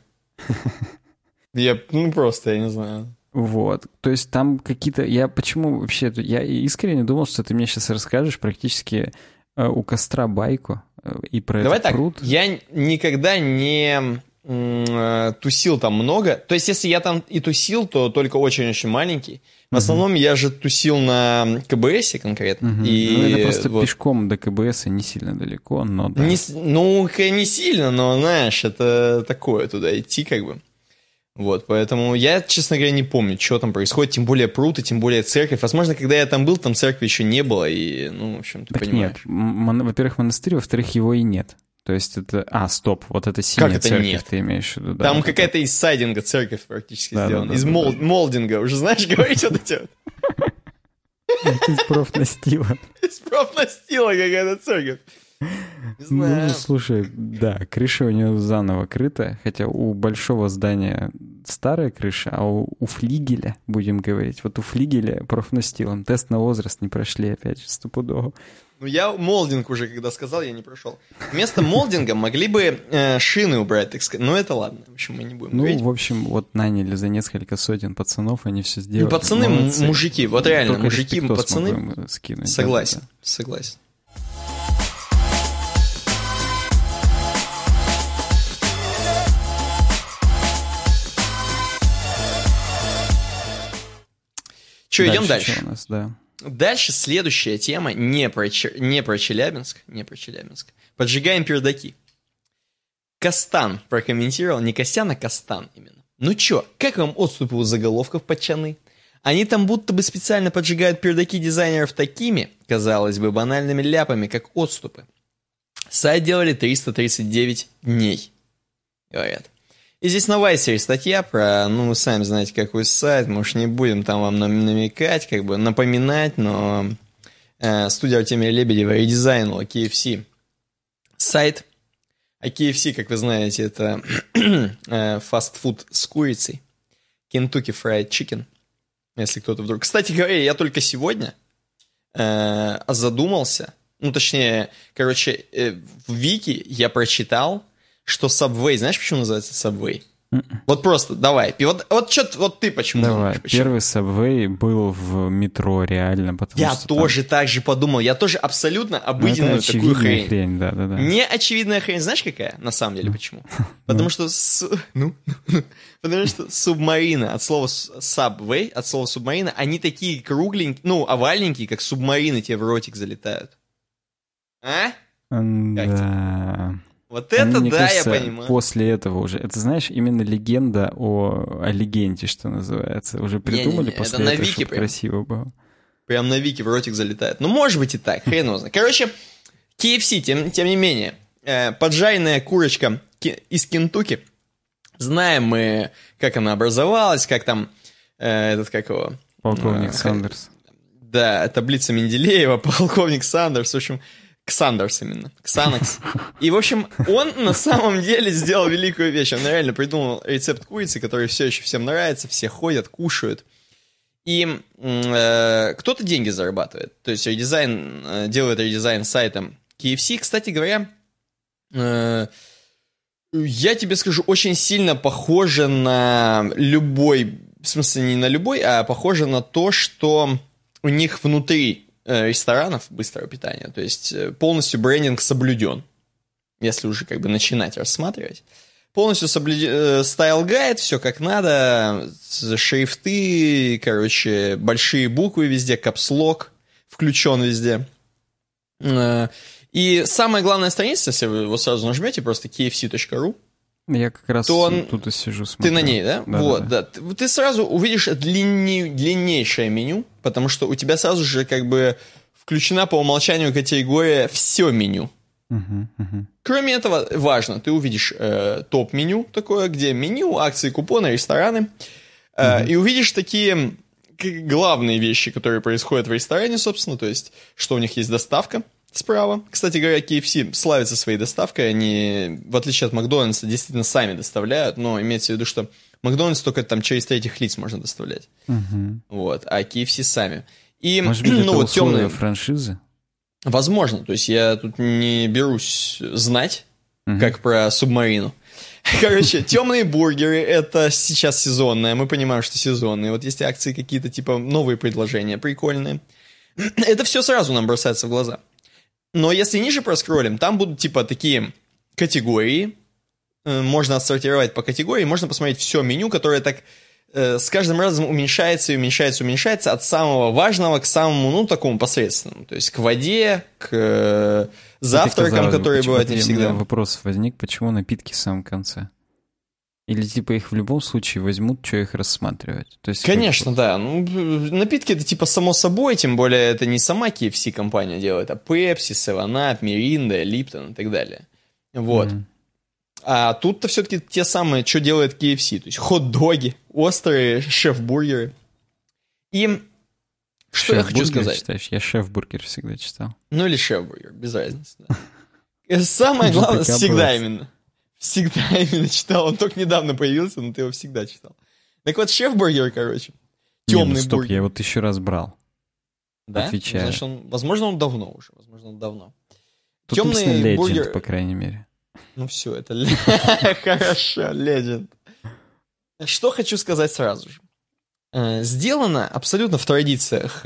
Я не знаю. Вот, то есть там какие-то... Я искренне думал, что ты мне сейчас расскажешь практически у костра байку и про Давай этот пруд. Я никогда не тусил там много. То есть если я там и тусил, то только очень-очень маленький. В основном я же тусил на КБСе конкретно. Это просто пешком до КБСа не сильно далеко, но да. Не сильно, но, знаешь, это такое, туда идти как бы. Вот, поэтому я, честно говоря, не помню, что там происходит, тем более пруд, и тем более церковь. Возможно, когда я там был, там церкви еще не было, и, в общем, ты понимаешь. Нет, во-первых, монастырь, во-вторых, его и нет. То есть это... стоп, вот это синяя церковь, нет? Ты имеешь в виду. Да, там вот какая-то из сайдинга церковь практически сделана, из молдинга, уже знаешь, говорить вот эти вот. Из профнастила. Из профнастила какая-то церковь. Не знаю. Слушай, да, крыша у нее заново крыта, хотя у большого здания старая крыша, а у флигеля, будем говорить, вот у флигеля профнастилом. Тест на возраст не прошли, опять же, стопудово. Я молдинг уже, когда сказал, я не прошел. Вместо молдинга могли бы шины убрать, так сказать. Но это ладно, в общем, мы не будем говорить. В общем, вот наняли за несколько сотен пацанов, они все сделали. Пацаны, мужики, вот реально, только мужики, пацаны. Скинуть, согласен. Что, идем дальше? Что у нас, да. Дальше следующая тема не про Челябинск. Поджигаем пердаки. Костан прокомментировал, не Костян, а Костан именно. Ну чё, как вам отступы у заголовков подчаны? Они там будто бы специально поджигают пердаки дизайнеров такими, казалось бы, банальными ляпами, как отступы. Сайт делали 339 дней, говорят. И здесь на Вайсере статья про, вы сами знаете, какой сайт, мы уж не будем там вам намекать, как бы напоминать, но студия Артемия Лебедева редизайнула KFC сайт. А KFC, как вы знаете, это фастфуд с курицей. Kentucky Fried Chicken, если кто-то вдруг... Кстати говоря, я только сегодня задумался, в Вики я прочитал, что Subway, знаешь, почему называется Subway? Вот просто, давай. Вот что вот ты почему Давай, думаешь? Почему? Первый Subway был в метро, реально, потому Я что тоже так же подумал. Я тоже абсолютно обыденную такую хрень. Да. Не очевидная хрень, знаешь какая? На самом деле, почему? Потому что субмарина, от слова Subway, от слова субмарина, они такие кругленькие, овальненькие, как субмарины тебе в ротик залетают. А? Да. Вот это мне кажется, я понимаю. После этого уже. Это, знаешь, именно легенда о легенде, что называется. Уже придумали после это этого, чтобы чтобы красиво было. Прям на Вики в ротик залетает. Может быть и так, хрен его знает. Короче, KFC, тем не менее, поджаренная курочка из Кентукки. Знаем мы, как она образовалась, как там, как его... Полковник Сандерс. Да, таблица Менделеева, полковник Сандерс, в общем... Ксандерс именно, Ксанакс. И, в общем, он на самом деле сделал великую вещь. Он реально придумал рецепт курицы, который все еще всем нравится, все ходят, кушают. И кто-то деньги зарабатывает. То есть делает редизайн сайтом KFC. Кстати говоря, я тебе скажу, очень сильно похоже на любой, в смысле не на любой, а похоже на то, что у них внутри ресторанов быстрого питания, то есть полностью брендинг соблюден, если уже как бы начинать рассматривать. Полностью стайл-гайд, все как надо, шрифты, короче, большие буквы везде, капслок включен везде. И самая главная страница, если вы его сразу нажмете, просто kfc.ru, я как раз тут и сижу, смотрю. Ты на ней, да? Да. Ты сразу увидишь длиннейшее меню, потому что у тебя сразу же как бы включена по умолчанию категория «все меню». Кроме этого, важно, ты увидишь топ-меню такое, где меню, акции, купоны, рестораны, и увидишь такие главные вещи, которые происходят в ресторане, собственно, то есть, что у них есть доставка справа. Кстати говоря, KFC славится своей доставкой, они, в отличие от Макдональдса, действительно сами доставляют, но имеется в виду, что Макдональдс только там через третьих лиц можно доставлять. Вот, а KFC сами. И, может быть, это условия франшизы? Возможно, то есть я тут не берусь знать, как про субмарину. Короче, темные бургеры, это сейчас сезонное, мы понимаем, что сезонные. Вот есть акции какие-то, типа новые предложения, прикольные. Это все сразу нам бросается в глаза. Но если ниже проскроллим, там будут типа такие категории, можно отсортировать по категории, можно посмотреть все меню, которое так с каждым разом уменьшается и уменьшается, уменьшается от самого важного к самому, такому посредственному. То есть к воде, к завтракам, которые бывают не всегда. У меня вопрос возник, почему напитки в самом конце? Или типа их в любом случае возьмут, что их рассматривать? То есть, конечно, да. Напитки это типа само собой, тем более это не сама KFC компания делает, а Pepsi, 7up, Mirinda, Lipton и так далее. Вот. А тут-то все-таки те самые, что делает KFC. То есть хот-доги, острые шеф-бургеры. И что я хочу сказать? Читаешь? Я шеф-бургер всегда читал. Или шеф-бургер, без разницы. Да. Самое главное, всегда именно читал. Он только недавно появился, но ты его всегда читал. Так вот, шеф-бургер, короче. Темный бургер. Я вот еще раз брал. Да? Отвечаю. Значит, возможно, он давно уже. Тут темный бургер, по крайней мере. Все, это хорошо, легенд. Что хочу сказать сразу же. Сделано абсолютно в традициях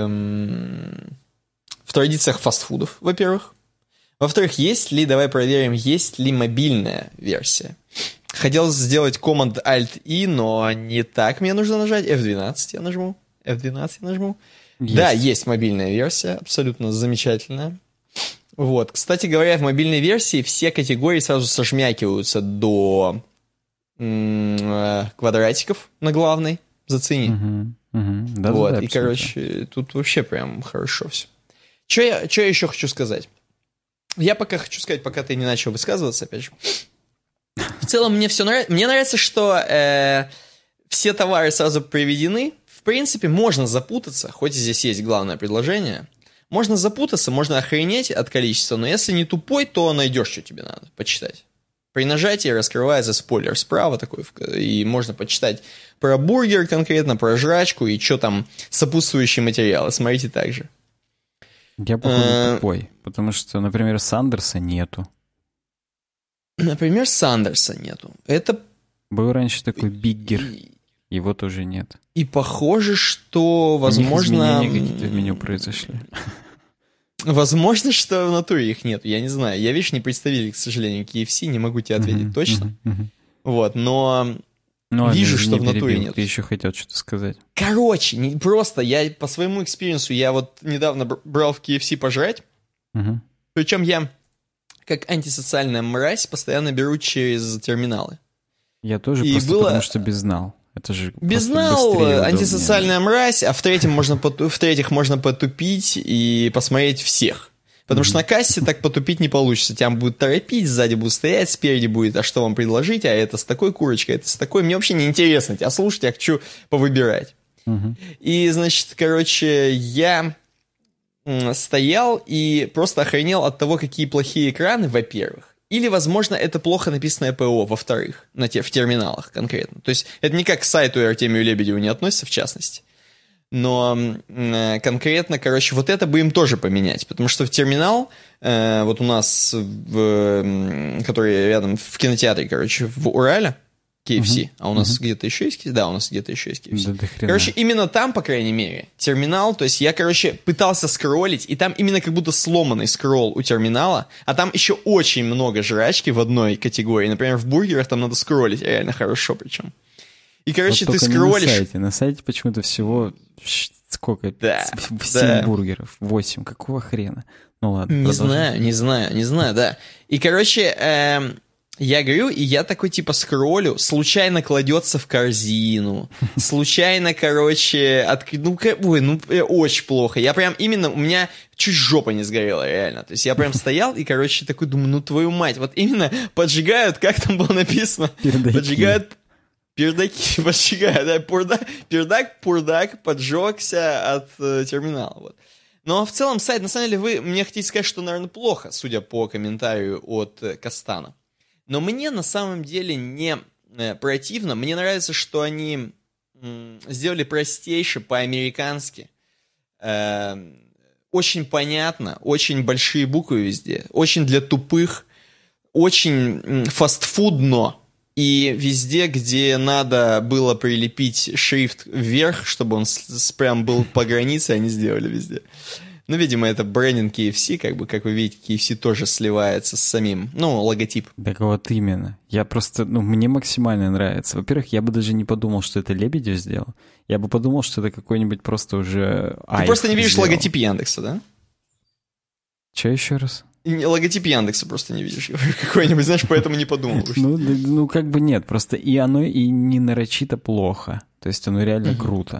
фастфудов, во-первых. Во-вторых, давай проверим, есть ли мобильная версия. Хотел сделать Command Alt-I, но не так мне нужно нажать. F12 я нажму. Есть. Да, есть мобильная версия, абсолютно замечательная. Вот. Кстати говоря, в мобильной версии все категории сразу сожмякиваются до квадратиков на главной. Зацени. Вот. И, короче, тут вообще прям хорошо все. Что я еще хочу сказать? Я пока хочу сказать, пока ты не начал высказываться, опять же. В целом мне все нравится. Мне нравится, что все товары сразу приведены. В принципе, можно запутаться, хоть здесь есть главное предложение. Можно запутаться, можно охренеть от количества, но если не тупой, то найдешь, что тебе надо почитать. При нажатии раскрывается спойлер справа такой, и можно почитать про бургер конкретно, про жрачку и что там, сопутствующие материалы. Смотрите также. Я, походу, тупой, потому что, например, Сандерса нету. Это Был раньше такой Биггер, его тоже нет. И похоже, что, возможно... У них изменения какие-то в меню произошли. Возможно, что в натуре их нет, я не знаю. Я, видишь, не представитель, к сожалению, KFC, не могу тебе ответить точно. Вот, но вижу, что в натуре нет. Ты еще хотел что-то сказать. Короче, просто я по своему экспириенсу, я вот недавно брал в KFC пожрать, причем я, как антисоциальная мразь, постоянно беру через терминалы. Я тоже, просто потому что безнал. Это же безнал, антисоциальная мразь, а в-третьих, можно потупить и посмотреть всех. Потому что на кассе так потупить не получится. Тебя будут торопить, сзади будут стоять, спереди будет, а что вам предложить, а это с такой курочкой, это с такой. Мне вообще не интересно тебя слушать, я хочу повыбирать. И, значит, короче, я стоял и просто охренел от того, какие плохие экраны, во-первых. Или, возможно, это плохо написанное ПО, во-вторых, в терминалах конкретно. То есть это никак к сайту и Артемию Лебедеву не относится, в частности. Но конкретно, короче, вот это бы им тоже поменять. Потому что в терминал, вот у нас, который рядом в кинотеатре, короче, в Урале, KFC, а у нас где-то еще есть KFC? Да, у нас где-то еще есть KFC. Да, короче, именно там, по крайней мере, терминал, то есть я, короче, пытался скроллить, и там именно как будто сломанный скролл у терминала, а там еще очень много жрачки в одной категории. Например, в бургерах там надо скроллить реально хорошо причем. И, короче, вот ты скроллишь... На сайте почему-то всего... Сколько? 7 бургеров, 8. Какого хрена? Ну ладно. Не знаю, да. И, короче... Я говорю, и я такой, типа, скроллю, случайно кладется в корзину, случайно, короче, очень плохо. Я прям именно, у меня чуть жопа не сгорела, реально. То есть я прям стоял и, короче, такой думаю, ну твою мать, вот именно поджигают, как там было написано? Поджигают... Пердаки поджигают, да, пурдак поджегся от терминала, вот. Но в целом сайт, на самом деле, вы мне хотите сказать, что, наверное, плохо, судя по комментарию от Кастана. Но мне на самом деле не противно. Мне нравится, что они сделали простейше по-американски. Очень понятно, очень большие буквы везде, очень для тупых, очень фастфудно. И везде, где надо было прилепить шрифт вверх, чтобы он прям был по границе, они сделали везде. Ну, видимо, это брендинг KFC, как бы, как вы видите, KFC тоже сливается с самим, логотип. Так вот именно. Я просто, мне максимально нравится. Во-первых, я бы даже не подумал, что это Лебедев сделал. Я бы подумал, что это какой-нибудь просто уже... Ты просто не видишь сделал. Логотип Яндекса, да? Че еще раз? Логотип Яндекса просто не видишь какой-нибудь, знаешь, поэтому не подумал. Как бы нет, просто и оно и не нарочито плохо. То есть оно реально круто.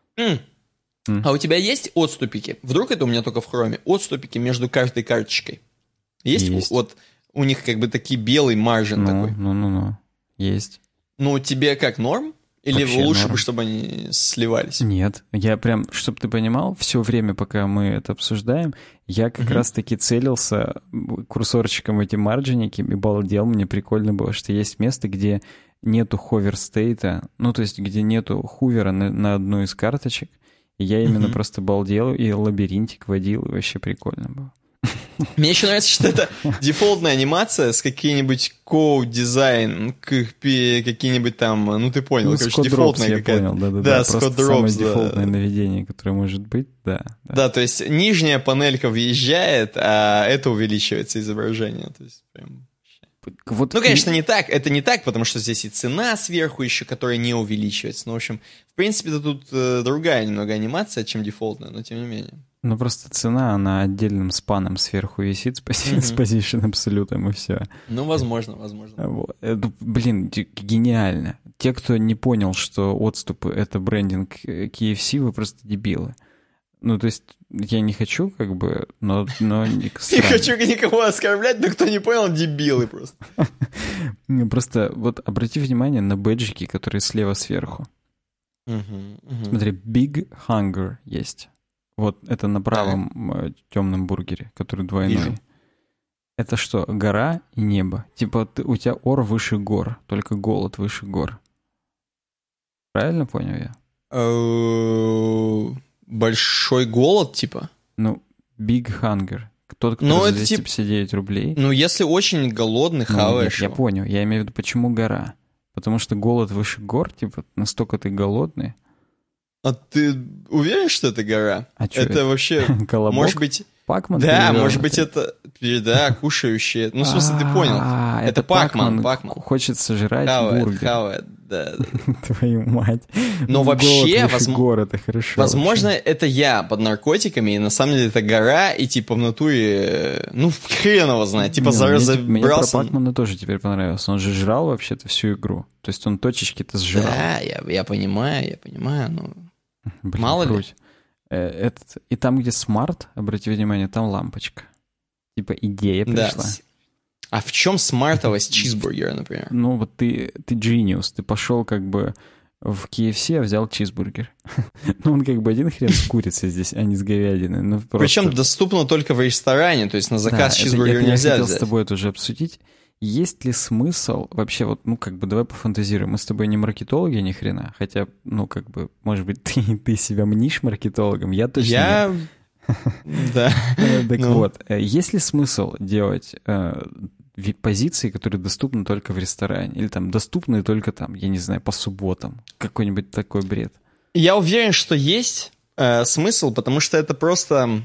А у тебя есть отступики? Вдруг это у меня только в хроме? Отступики между каждой карточкой. Есть? Вот у них как бы такой белый маржин такой. Есть. Ну, тебе как, норм? Или вообще лучше норм. бы, чтобы они сливались? Нет, я прям, чтобы ты понимал, все время, пока мы это обсуждаем, я как раз-таки целился курсорчиком в эти марджиники и балдел, мне прикольно было, что есть место, где нету ховерстейта, то есть где нету хувера на одну из карточек, и я именно просто балдел и лабиринтик водил, и вообще прикольно было. Мне еще нравится, что это дефолтная анимация с какие-нибудь коуд-дизайн, какие-нибудь там, ты понял, короче, дефолтная какая-то. Понял, да, с просто Code самое Drops, дефолтное наведение, которое может быть, да. Да, то есть нижняя панелька въезжает, а это увеличивается изображение, то есть прям... Вот конечно, это не так, потому что здесь и цена сверху еще, которая не увеличивается. В общем, в принципе, тут другая немного анимация, чем дефолтная, но тем не менее. Просто цена, она отдельным спаном сверху висит с Position Absolute, и все. Возможно. Блин, гениально. Те, кто не понял, что отступы — это брендинг KFC, вы просто дебилы. То есть, я не хочу, но не хочу никого оскорблять, но кто не понял, дебилы просто. Просто вот обрати внимание на бэджики, которые слева сверху. Смотри, Big Hunger есть. Вот это на правом темном бургере, который двойной. Вижу. Это что, гора и небо? Типа у тебя ор выше гор, только голод выше гор. Правильно понял я? Большой голод, типа? Big Hunger. Тот, который за 259 рублей. Если очень голодный, хаваешь. Я понял. Я имею в виду, почему гора? Потому что голод выше гор, типа, настолько ты голодный. А ты уверен, что это гора? А что это вообще... Колобок? Может быть... Пакман? Да, может быть, это... Да, кушающие. Ну, в смысле, ты понял. Это Пакман. Хочет сожрать бургер. Хавает, да. Твою мать. Но вообще, возможно, это я под наркотиками, и на самом деле это гора, и типа в натуре... Ну, хрен его знает. Типа забрался... Мне про Пакмана тоже теперь понравилось. Он же жрал вообще-то всю игру. То есть он точечки-то сжирал. Да, я понимаю, но... Блин, мало ли. И там, где смарт, обрати внимание, там лампочка. Типа идея пришла. Да. А в чем смартовость чизбургера, например? Ну вот ты genius, ты пошел как бы в KFC, а взял чизбургер. Ну он как бы один хрен с курицей здесь, а не с говядиной. Ну, просто... Причем доступно только в ресторане, то есть на заказ чизбургер нельзя взять. Я хотел с тобой это уже обсудить. Есть ли смысл вообще, вот, ну, как бы, давай пофантазируем. Мы с тобой не маркетологи ни хрена, хотя, ну, как бы, может быть, ты себя мнишь маркетологом, я точно нет. Да. Так вот, есть ли смысл делать позиции, которые доступны только в ресторане? Или там доступны только там, я не знаю, по субботам? Какой-нибудь такой бред. Я уверен, что есть смысл, потому что это просто...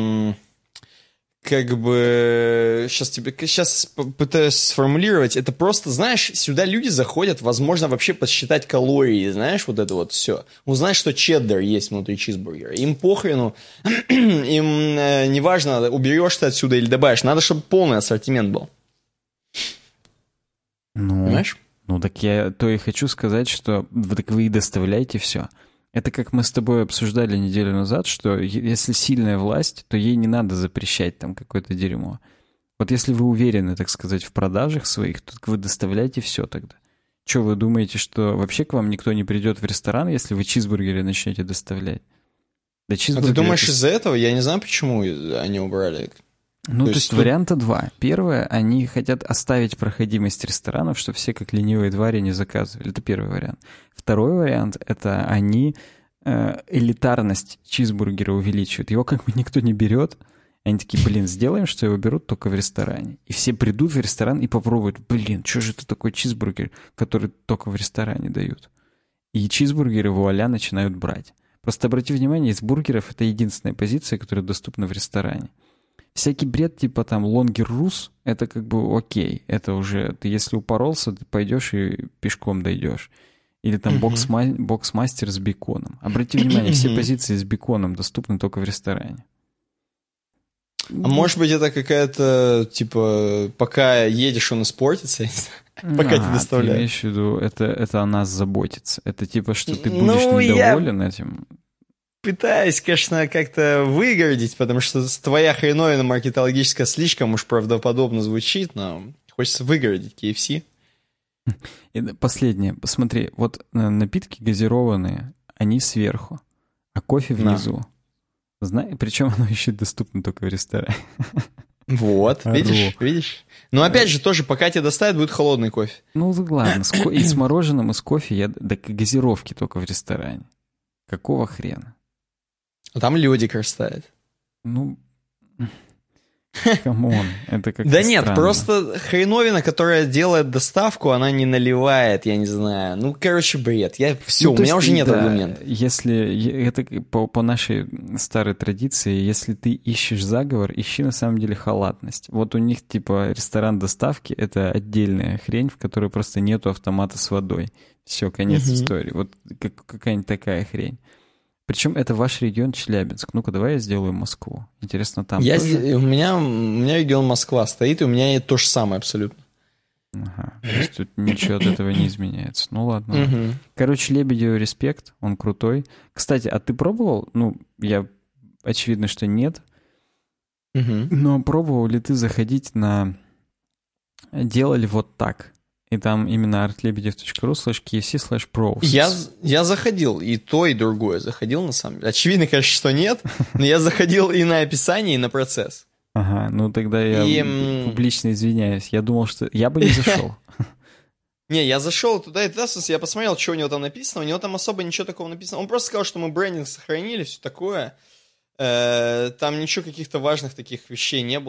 Как бы... Сейчас пытаюсь сформулировать. Это просто, знаешь, сюда люди заходят, возможно, вообще подсчитать калории, знаешь, вот это вот все. Узнать, что чеддер есть внутри чизбургера. Им похрену, им неважно, уберешь ты отсюда или добавишь. Надо, чтобы полный ассортимент был. Ну, понимаешь? Ну, так я то и хочу сказать, что так вы и доставляете все. Это как мы с тобой обсуждали неделю назад, что если сильная власть, то ей не надо запрещать там какое-то дерьмо. Вот если вы уверены, так сказать, в продажах своих, то вы доставляете все тогда. Что, вы думаете, что вообще к вам никто не придет в ресторан, если вы чизбургеры начнете доставлять? Да, а ты думаешь, из-за этого? Я не знаю, почему они убрали. Ну, то есть варианта два. Первое, они хотят оставить проходимость ресторанов, чтобы все как ленивые твари не заказывали. Это первый вариант. Второй вариант, это они элитарность чизбургера увеличивают. Его как бы никто не берет. Они такие, блин, сделаем, что его берут только в ресторане. И все придут в ресторан и попробуют, блин, что же это такой чизбургер, который только в ресторане дают. И чизбургеры вуаля начинают брать. Просто обрати внимание, из бургеров это единственная позиция, которая доступна в ресторане. Всякий бред, типа там лонгер рус, это как бы окей. Это уже, ты если упоролся, ты пойдешь и пешком дойдешь. Или там боксмастер с беконом. Обрати внимание, все позиции с беконом доступны только в ресторане. А может быть это какая-то, типа, пока едешь, он испортится? Пока ты доставляешь. Ты имеешь в виду, это о нас заботится. Это типа, что ты будешь недоволен этим? Пытаюсь, конечно, как-то выгородить, потому что твоя хреновина маркетологическая слишком уж правдоподобно звучит, но хочется выгородить KFC. И последнее. Посмотри, вот напитки газированные, они сверху, а кофе внизу. Причем оно еще доступно только в ресторане. Вот, видишь? Но опять же, тоже пока тебе доставят, будет холодный кофе. Ну ладно, и с мороженым, и с кофе, да газировки только в ресторане. Какого хрена? А там лёдик растает. Ну, камон, это как-то да нет, странно. Просто хреновина, которая делает доставку, она не наливает, я не знаю. Ну, короче, бред. У меня уже нет аргументов. Если это по нашей старой традиции, если ты ищешь заговор, ищи на самом деле халатность. Вот у них типа ресторан доставки — это отдельная хрень, в которой просто нету автомата с водой. Все, конец истории. Вот какая-нибудь такая хрень. Причем это ваш регион Челябинск. Ну-ка, давай я сделаю Москву. Интересно, там тоже? У меня регион Москва стоит, и у меня то же самое абсолютно. Ага, то есть тут ничего от этого не изменяется. Ну ладно. Короче, Лебедеву респект, он крутой. Кстати, а ты пробовал? Ну, очевидно, что нет. Но пробовал ли ты заходить на... Делали вот так. И там именно artlebedev.ru/kfc/pros. Я заходил, и то, и другое заходил, на самом деле. Очевидно, конечно, что нет, но я заходил и на описание, и на процесс. Ага, ну тогда я публично извиняюсь. Я думал, что... Я бы не зашел. Не, я зашел туда и туда, я посмотрел, что у него там написано. У него там особо ничего такого написано. Он просто сказал, что мы брендинг сохранили, все такое. Там ничего каких-то важных таких вещей не было.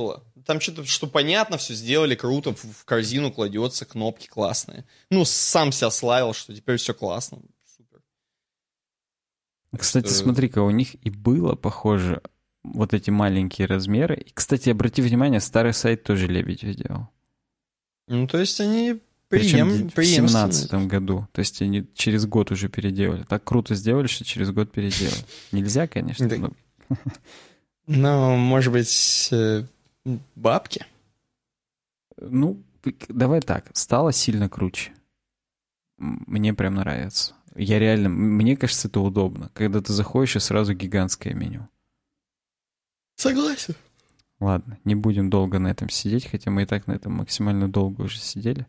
там что-то, что понятно, все сделали, круто, в корзину кладется, кнопки классные. Ну, сам себя славил, что теперь все классно. Супер. Кстати, смотри-ка, у них и было похоже вот эти маленькие размеры. И, кстати, обрати внимание, старый сайт тоже Лебедев делал. Ну, то есть они Причем в преемственны. 17 году. То есть они через год уже переделали. Так круто сделали, что через год переделали. Нельзя, конечно, но... Ну, может быть, бабки? Ну, давай так. Стало сильно круче. Мне прям нравится. Я реально... Мне кажется, это удобно. Когда ты заходишь, и сразу гигантское меню. Согласен. Ладно, не будем долго на этом сидеть, хотя мы и так на этом максимально долго уже сидели.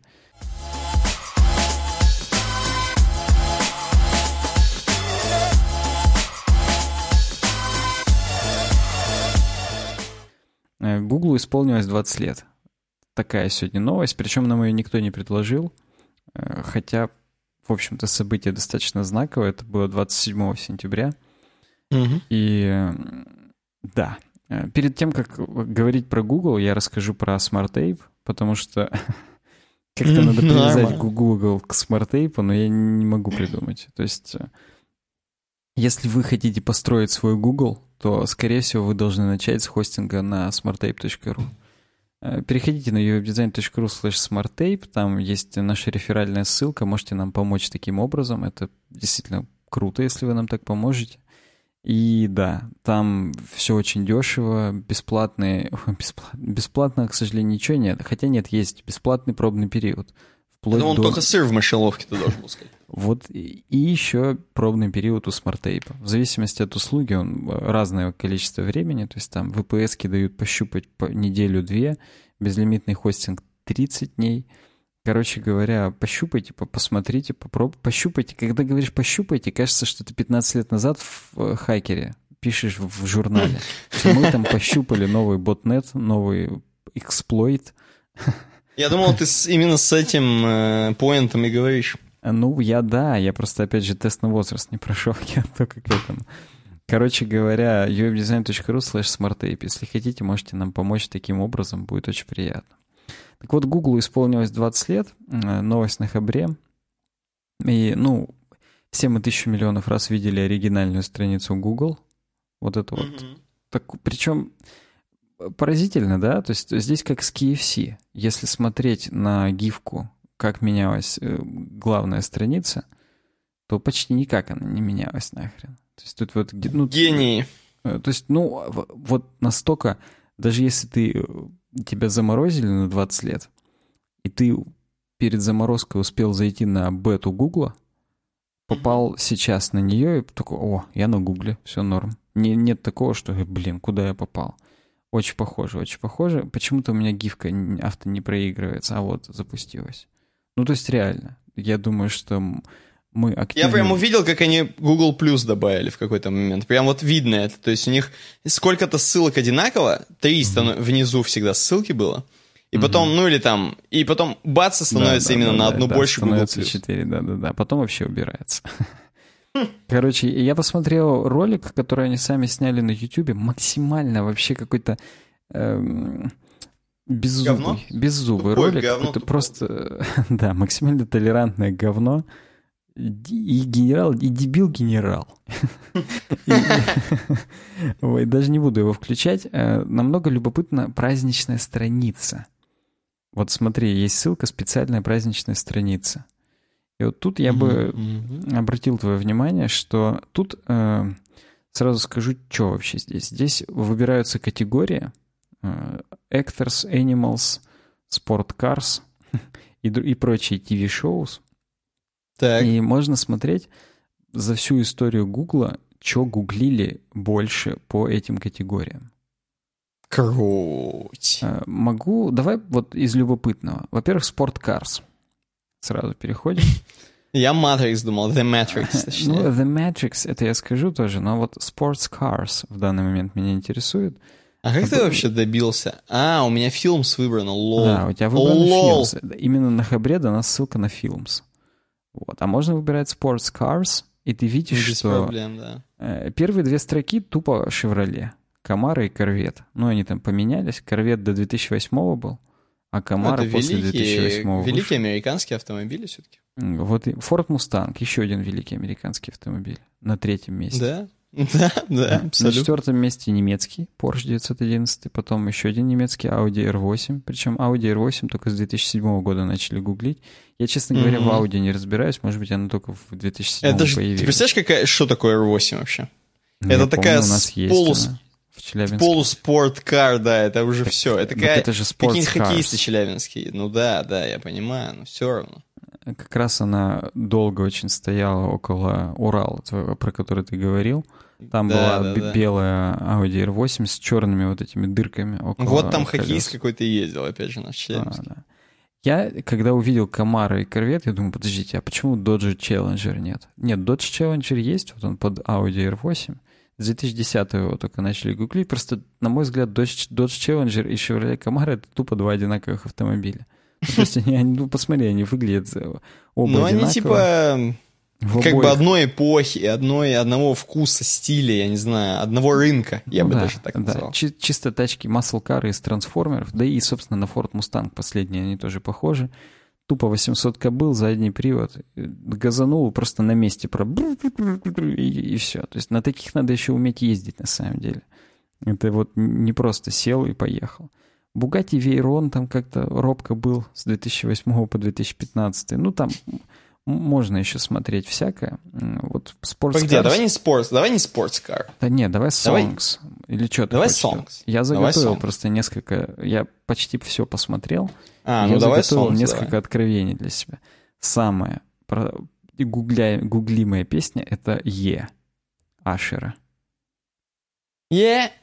Гуглу исполнилось 20 лет. Такая сегодня новость, причем нам ее никто не предложил, хотя, в общем-то, событие достаточно знаковое. Это было 27 сентября. Угу. И да, перед тем, как говорить про Google, я расскажу про Smart Tape, потому что как-то надо привязать Google к Smart Tape, но я не могу придумать. То есть, если вы хотите построить свой Google, то, скорее всего, вы должны начать с хостинга на smarttape.ru. Переходите на uwebdesign.ru/smarttape, там есть наша реферальная ссылка, можете нам помочь таким образом. Это действительно круто, если вы нам так поможете. И да, там все очень дешево, бесплатно, к сожалению, ничего нет. Хотя нет, есть бесплатный пробный период. Ну, он только сыр в мышеловке, ты должен был сказать. Вот, и еще пробный период у SmartTape. В зависимости от услуги он разное количество времени, то есть там VPS-ки дают пощупать по неделю-две, безлимитный хостинг 30 дней. Короче говоря, пощупайте, посмотрите, попробуйте, пощупайте. Когда говоришь «пощупайте», кажется, что ты 15 лет назад в хакере пишешь в журнале, что мы там пощупали новый ботнет, новый эксплойт. Я думал, ты именно с этим поинтом и говоришь. Ну, я просто, опять же, тест на возраст не прошел, я только к этому. Короче говоря, uwebdesign.ru/smarttape. Если хотите, можете нам помочь таким образом, будет очень приятно. Так вот, Google исполнилось 20 лет, новость на Хабре. И, ну, все мы 1000 миллионов раз видели оригинальную страницу Google. Вот это вот. Так, причем поразительно, да? То есть здесь как с KFC. Если смотреть на гифку, как менялась главная страница, то почти никак она не менялась нахрен. То есть тут вот... Ну, гении. То есть, ну, вот настолько... Даже если тебя заморозили на 20 лет, и ты перед заморозкой успел зайти на бету Гугла, попал сейчас на нее и такой: о, я на Гугле, все норм. Нет такого, что, блин, куда я попал. Очень похоже, очень похоже. Почему-то у меня гифка авто не проигрывается, а вот запустилась. Ну, то есть реально. Я думаю, что мы активно... Я прям увидел, как они Google Plus добавили в какой-то момент. Прям вот видно это. То есть у них сколько-то ссылок одинаково, 300 внизу всегда ссылки было. И потом, ну или там, и потом бац, становится именно на одну больше Google Plus. 4, да. Потом вообще убирается. Короче, я посмотрел ролик, который они сами сняли на YouTube, максимально вообще какой-то беззубый ролик. Это просто, да, максимально толерантное говно. И генерал, и дебил-генерал. Ой, даже не буду его включать. Намного любопытна праздничная страница. Вот смотри, есть ссылка «Специальная праздничная страница». И вот тут я бы обратил твое внимание, что тут, сразу скажу, что вообще здесь. Здесь выбираются категории Actors, Animals, Sport Cars и прочие TV-шоус. Так. И можно смотреть за всю историю Гугла, что гуглили больше по этим категориям. Круть. Давай вот из любопытного. Во-первых, Sport Cars. Сразу переходим. Я Matrix думал, The Matrix, точнее. Ну, The Matrix, это я скажу тоже, но вот Sports Cars в данный момент меня интересует. А как ты вообще добился? У меня Films выбрано, лол. Да, у тебя выбрано Films. Именно на Хабре дана ссылка на Films. Вот. А можно выбирать Sports Cars, и ты видишь, без что проблем, да. Первые две строки тупо Chevrolet. Камара и Корвет. Ну, они там поменялись. Корвет до 2008 был, а Камара после 2008 великие американские автомобили все-таки. Вот и Ford Mustang, еще один великий американский автомобиль, на 3-м месте. Да, абсолютно. На 4-м месте немецкий Porsche 911, потом еще один немецкий Audi R8. Причем Audi R8 только с 2007 года начали гуглить. Я, честно говоря, в Audi не разбираюсь. Может быть, она только в 2007 это появилась. Ты представляешь, что такое R8 вообще? Ну, это я такая помню, у нас есть в Челябинске. полуспорткар, да, это уже так, все. Это это же какие-нибудь хоккеисты челябинские. Ну да, я понимаю, но все равно. Как раз она долго очень стояла около Урала, про который ты говорил. Там была белая Audi R8 с черными вот этими дырками около вот там колес. хоккеист какой-то ездил, опять же, наш Челябинск. Да. Я, когда увидел Камара и Корвет, я думаю, подождите, а почему Dodge Challenger нет? Нет, Dodge Challenger есть, вот он под Audi R8. С 2010-го его только начали гуглить. Просто, на мой взгляд, Dodge Challenger и Chevrolet Camaro — это тупо два одинаковых автомобиля. То есть они, посмотри, они выглядят оба одинаково. Они типа как бы одной эпохи, одного вкуса, стиля, я не знаю, одного рынка, я бы даже так назвал. Чисто тачки muscle car из трансформеров, да и, собственно, на Ford Mustang последние они тоже похожи. Тупо 800 кобыл, задний привод, газанул просто на месте, и все. То есть на таких надо еще уметь ездить на самом деле. Это вот не просто сел и поехал. Bugatti Veyron там как-то робко был с 2008 по 2015. Ну, там можно еще смотреть всякое. Вот Погоди, давай не спортскар. Да нет, давай Songs. Или что ты Давай хочешь? Songs. Я заготовил просто несколько... Я почти все посмотрел. Я заготовил несколько откровений для себя. Самая гуглимая песня — это «Е» Ашера. Вот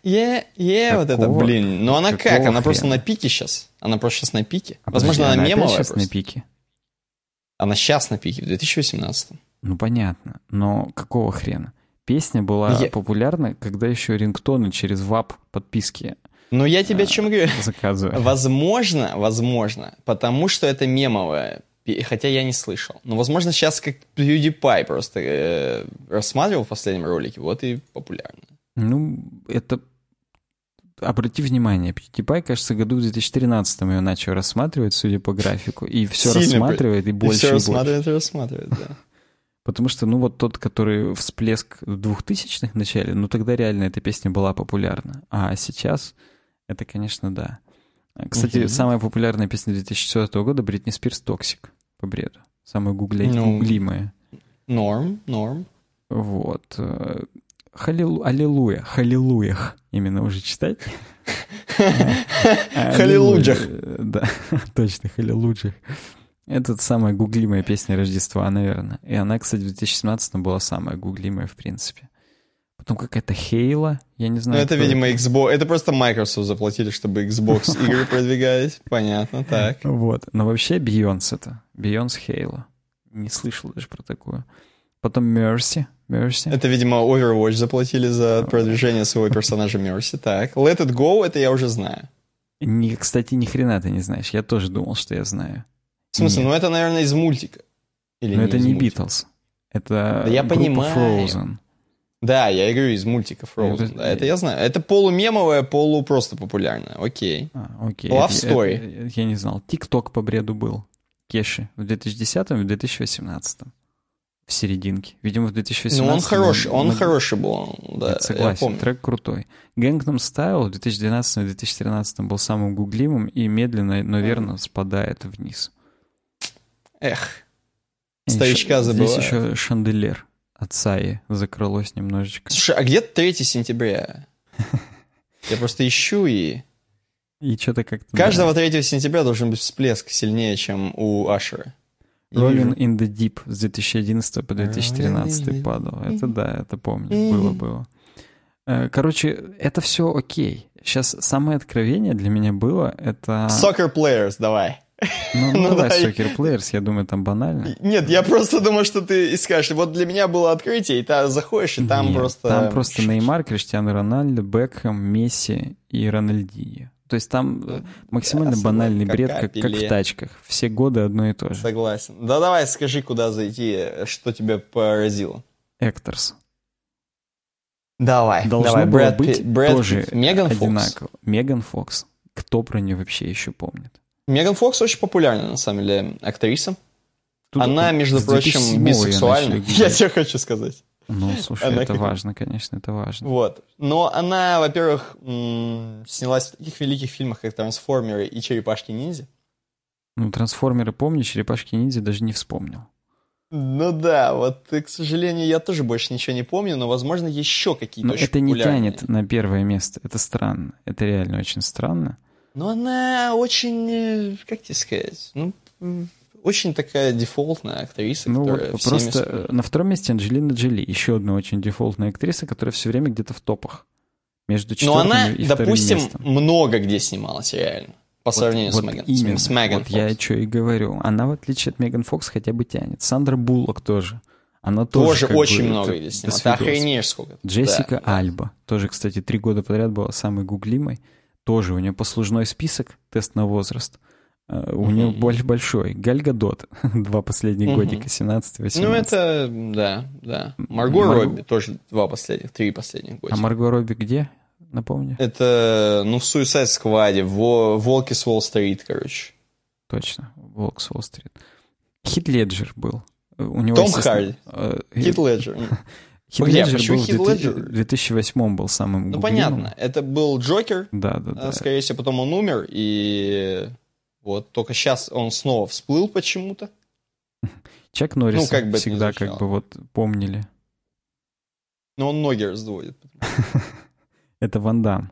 это, блин. Ну она как? Она просто на пике сейчас. Она просто сейчас на пике. Возможно, она мемовая сейчас просто. на пике. Она сейчас на пике, в 2018. Ну, понятно. Но какого хрена? Песня была популярна, когда еще рингтоны через ВАП подписки Ну, я тебе чем говорю? заказывали. Возможно, потому что это мемовая. Хотя я не слышал. Но, возможно, сейчас как PewDiePie просто рассматривал в последнем ролике, вот и популярно. Ну, это... Обрати внимание, PewDiePie, кажется, году в 2013 ее начал рассматривать, судя по графику, и все рассматривает, и больше, и больше. рассматривает, да. Потому что, ну, вот тот, который всплеск в 2000-х в начале, ну, тогда реально эта песня была популярна. А сейчас это, конечно, да. Кстати, самая популярная песня 2004 года — Бритни Спирс «Токсик» по бреду. Самая гуглимая. Норм. Вот. Халилуях, именно уже читать. Халилуджах. Да, точно, Халилуджах. Это самая гуглимая песня Рождества, наверное. И она, кстати, в 2017 была самая гуглимая, в принципе. Потом какая-то Хейла, я не знаю. Ну, это, видимо, Xbox. Это просто Microsoft заплатили, чтобы Xbox игры продвигались. Понятно, так. Вот. Но вообще Бейонс это. Бейонс Хейла. Не слышал даже про такую. Потом Mercy. Это, видимо, Overwatch заплатили за продвижение своего персонажа Mercy. Так. Let It Go, это я уже знаю. Кстати, ни хрена ты не знаешь. Я тоже думал, что я знаю. В смысле, это, наверное, из мультика. Или но это не Beatles. Это я группа понимаю. Frozen. Да, я говорю, из мультика Frozen. Это я знаю. Это полумемовая, просто популярная. Окей. Окей. Love Story. Я не знал. TikTok по бреду был. Кеши. В 2010-м и в 2018-м. В серединке. Видимо, в 2018-м... Ну, он хороший был. Да, я согласен, трек крутой. Gangnam Style в 2012 и 2013 был самым гуглимым и медленно, но верно спадает вниз. Эх. Старичка забываю. Здесь еще Шанделер от Саи закрылось немножечко. Слушай, а где 3 сентября? Я просто ищу и... И что-то как-то... Каждого 3 сентября должен быть всплеск сильнее, чем у Ашера. Rolling in the Deep с 2011 по 2013 падал. Это да, это помню. Было. Короче, это все окей. Сейчас самое откровение для меня было, это... Soccer Players, давай. Ну давай Soccer Players, я думаю, там банально. Нет, я просто думаю, что ты скажешь, вот для меня было открытие, и ты заходишь, и там просто... Там просто Неймар, Криштиану Рональдо, Бекхэм, Месси и Рональдиньо. То есть там максимально банальный бред, как в тачках. Все годы одно и то же. Согласен. Да давай, скажи, куда зайти, что тебя поразило. Экторс. Давай, Должно было быть Брэд тоже Питт, Меган Фокс. одинаково. Меган Фокс. Кто про нее вообще еще помнит? Меган Фокс очень популярная, на самом деле, актриса. Тут Она, между с прочим, 2007-го бисексуальна. я начал Я говорить. тебе хочу сказать. Ну, слушай, Она это как- важно, конечно, это важно. Вот. Но она, во-первых, снялась в таких великих фильмах, как «Трансформеры» и «Черепашки-ниндзя». Ну, трансформеры помню, черепашки-ниндзя даже не вспомнил. Ну да, вот, к сожалению, я тоже больше ничего не помню, но, возможно, еще какие-то Но очень это не популярные. тянет на первое место. Это странно. Это реально очень странно. Но она очень, как тебе сказать, очень такая дефолтная актриса, Ну которая вот всеми просто смотрит. на втором месте Анджелина Джоли. Еще одна очень дефолтная актриса, которая все время где-то в топах. Между Но четвертым она, и вторым допустим, местом. много где снималась реально, по сравнению Вот с Меган, именно. с Меган Вот Фокс. я что и говорю. Она, в отличие от Меган Фокс, хотя бы тянет. Сандра Буллок тоже. Она Тоже как очень бы, много это где до снималась. Ты свидос. охренеешь сколько. Джессика Да. Альба. Тоже, кстати, 3 года подряд была самой гуглимой. Тоже у нее послужной список, тест на возраст. У нее большой. Галь Гадот. 2 последних годика, 17-18. Ну, это, да. Марго Робби тоже 3 последних года. А Марго Робби где? Напомню. Это, в Suicide Squad, в «Волке с Уолл-стрит», короче. Точно. Волк с Уолл-стрит. Хит Леджер был. У него, Том естественно, Харди. Хит Леджер. Хит Погоди, а Леджер почему был Хит в Леджер? 2008 был самым Ну, гуглимым. понятно. Это был Джокер. Да. Скорее всего, потом он умер, и вот только сейчас он снова всплыл почему-то. Чак Норриса как бы это ни всегда звучало. как бы вот помнили. Но он ноги раздводит. Это Ван Дам.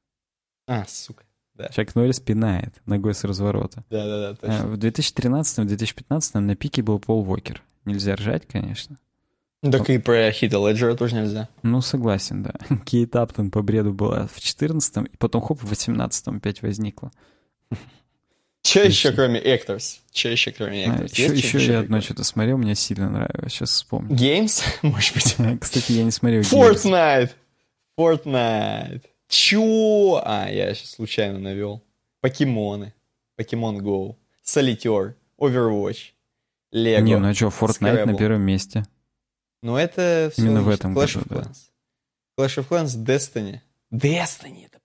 Сука. Да. Чак Норрис пинает ногой с разворота. Да, точно. В 2013-2015 на пике был Пол Уокер. Нельзя ржать, конечно. Так и про Хита Леджера тоже нельзя. Ну, согласен, да. Кейт Аптон по бреду была в 14-м, и потом хоп, в 18-м опять возникла. Че еще, кроме Actors? Че еще, кроме Actors? Еще я одно что-то смотрел, мне сильно нравилось. Сейчас вспомню. Games, может быть? Кстати, я не смотрел Games. Fortnite. Чё? Я сейчас случайно навел. Покемоны. Pokemon Go. Solitaire. Overwatch. Lego. Не, ну а что, Fortnite на Scrabble. первом месте. Ну, это все Именно в этом Clash году, of да. Clans. Clash of Clans, Destiny. Destiny, это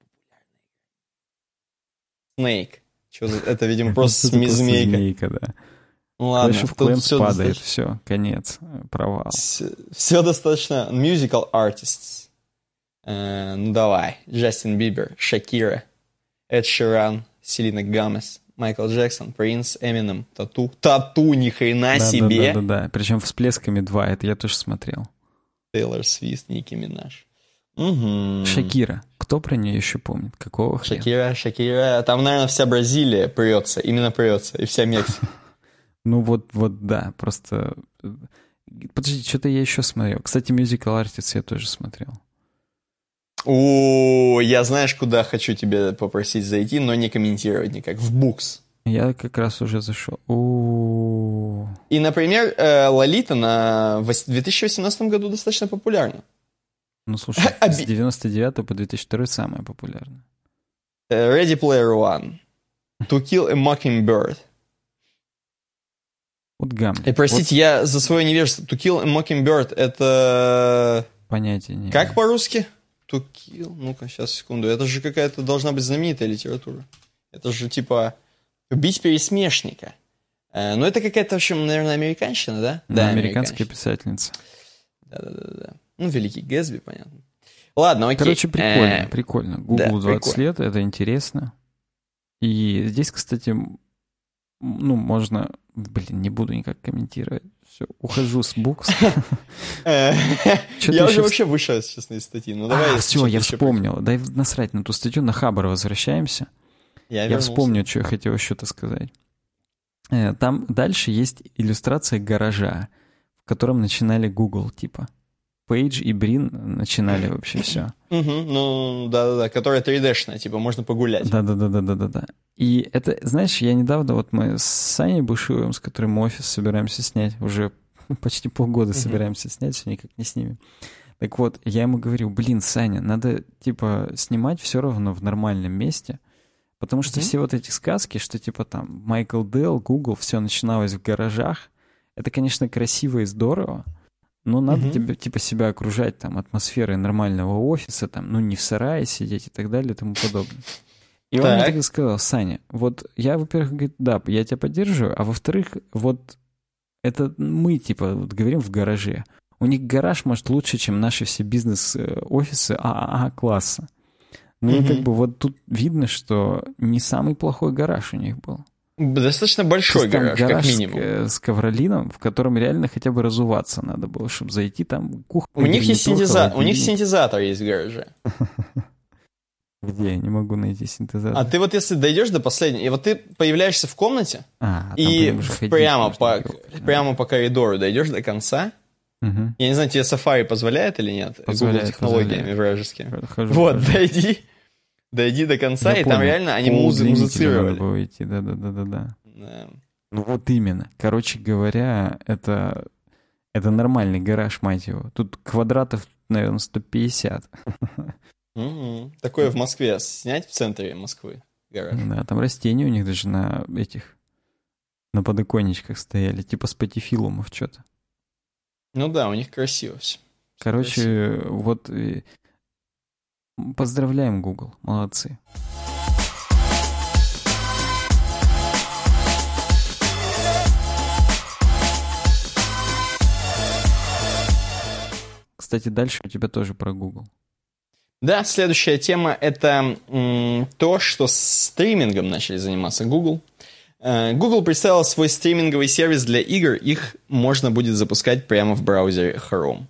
популярный. Snake. Чё за... Это, видимо, просто Это просто змейка. змейка, да. Ну ладно, Clash of тут Clans все падает, все, конец, провал. Все достаточно. Musical artists. Ну давай. Джастин Бибер, Шакира, Эд Ширан, Селина Гомес, Майкл Джексон, Принц, Эминем, Тату. Тату, ни хрена себе. Да. Причем всплесками 2, это я тоже смотрел. Тейлор Свифт, Ники Минаж. Угу. Шакира. Кто про нее еще помнит? Какого хрена? Шакира. Там, наверное, вся Бразилия прется. Именно прется. И вся Мексика. Ну вот, да, просто... Подожди, что-то я еще смотрел. Кстати, Musical Artists я тоже смотрел. Я знаешь, куда хочу тебя попросить зайти, но не комментировать никак. В Букс. Я как раз уже зашел. И, например, Лолита в 2018 году достаточно популярна. Ну, слушай, с 99 по 2002 самая популярная. Ready Player One. To Kill a Mockingbird. Вот Гамлет. И простите, я за свое невежество. To Kill a Mockingbird — это... Понятия не Как по-русски? To Kill... Ну-ка, сейчас, секунду. Это же какая-то должна быть знаменитая литература. Это же типа... Убить пересмешника. Ну, это какая-то, в общем, наверное, американщина, да? Да, американская писательница. Да. Ну, Великий Гэтсби, понятно. Ладно, окей. Короче, прикольно. Google 20 лет, это интересно. И здесь, кстати, можно... не буду никак комментировать. Все, ухожу с Букс. Я уже вообще вышел, честно, из статьи. Ну, давай. Все, я вспомнил. Дай насрать на ту статью, на Хабр возвращаемся. Я вспомню, что я хотел что-то сказать. Там дальше есть иллюстрация гаража, в котором начинали Google, типа. Пейдж и Брин начинали вообще все. Ну, да, которая 3D-шная, типа, можно погулять. Да. И это, знаешь, я недавно, вот мы с Саней Бушуевым, с которым мы офис собираемся снять, уже почти полгода собираемся снять, все никак не снимем. Так вот, я ему говорю, Саня, надо, типа, снимать все равно в нормальном месте, потому что все вот эти сказки, что, типа, там, Майкл Делл, Google, все начиналось в гаражах, это, конечно, красиво и здорово, Но надо тебе, типа, себя окружать там атмосферой нормального офиса, там, ну, не в сарае сидеть и так далее и тому подобное. И он мне тогда сказал: Саня, вот я, во-первых, говорит, да, я тебя поддерживаю, а во-вторых, вот это мы, типа, вот говорим в гараже. У них гараж, может, лучше, чем наши все бизнес-офисы ААА-класса. Ну, и как бы вот тут видно, что не самый плохой гараж у них был. Достаточно большой гараж, как минимум. С ковролином, в котором реально хотя бы разуваться надо было, чтобы зайти там кухню. У них есть синтезатор есть в гараже. Где? Я не могу найти синтезатор. А ты вот если дойдешь до последнего, и вот ты появляешься в комнате, и прямо по коридору дойдешь до конца, я не знаю, тебе Safari позволяет или нет, Google технологиями вражескими. Вот, дойди до конца, и там реально они музицировали. Да. Ну вот именно. Короче говоря, это нормальный гараж, мать его. Тут квадратов, наверное, 150. Такое в Москве снять в центре Москвы гараж. Да, там растения у них даже на подоконничках стояли, типа спатифилумов что-то. Ну да, у них красиво все. Короче, вот поздравляем, Google, молодцы. Кстати, дальше у тебя тоже про Google. Да, следующая тема — это то, что стримингом начали заниматься Google. Google представил свой стриминговый сервис для игр, их можно будет запускать прямо в браузере Chrome.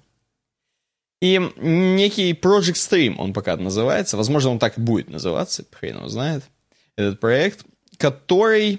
И некий Project Stream, он пока называется, возможно, он так и будет называться, хрен его знает, этот проект, который,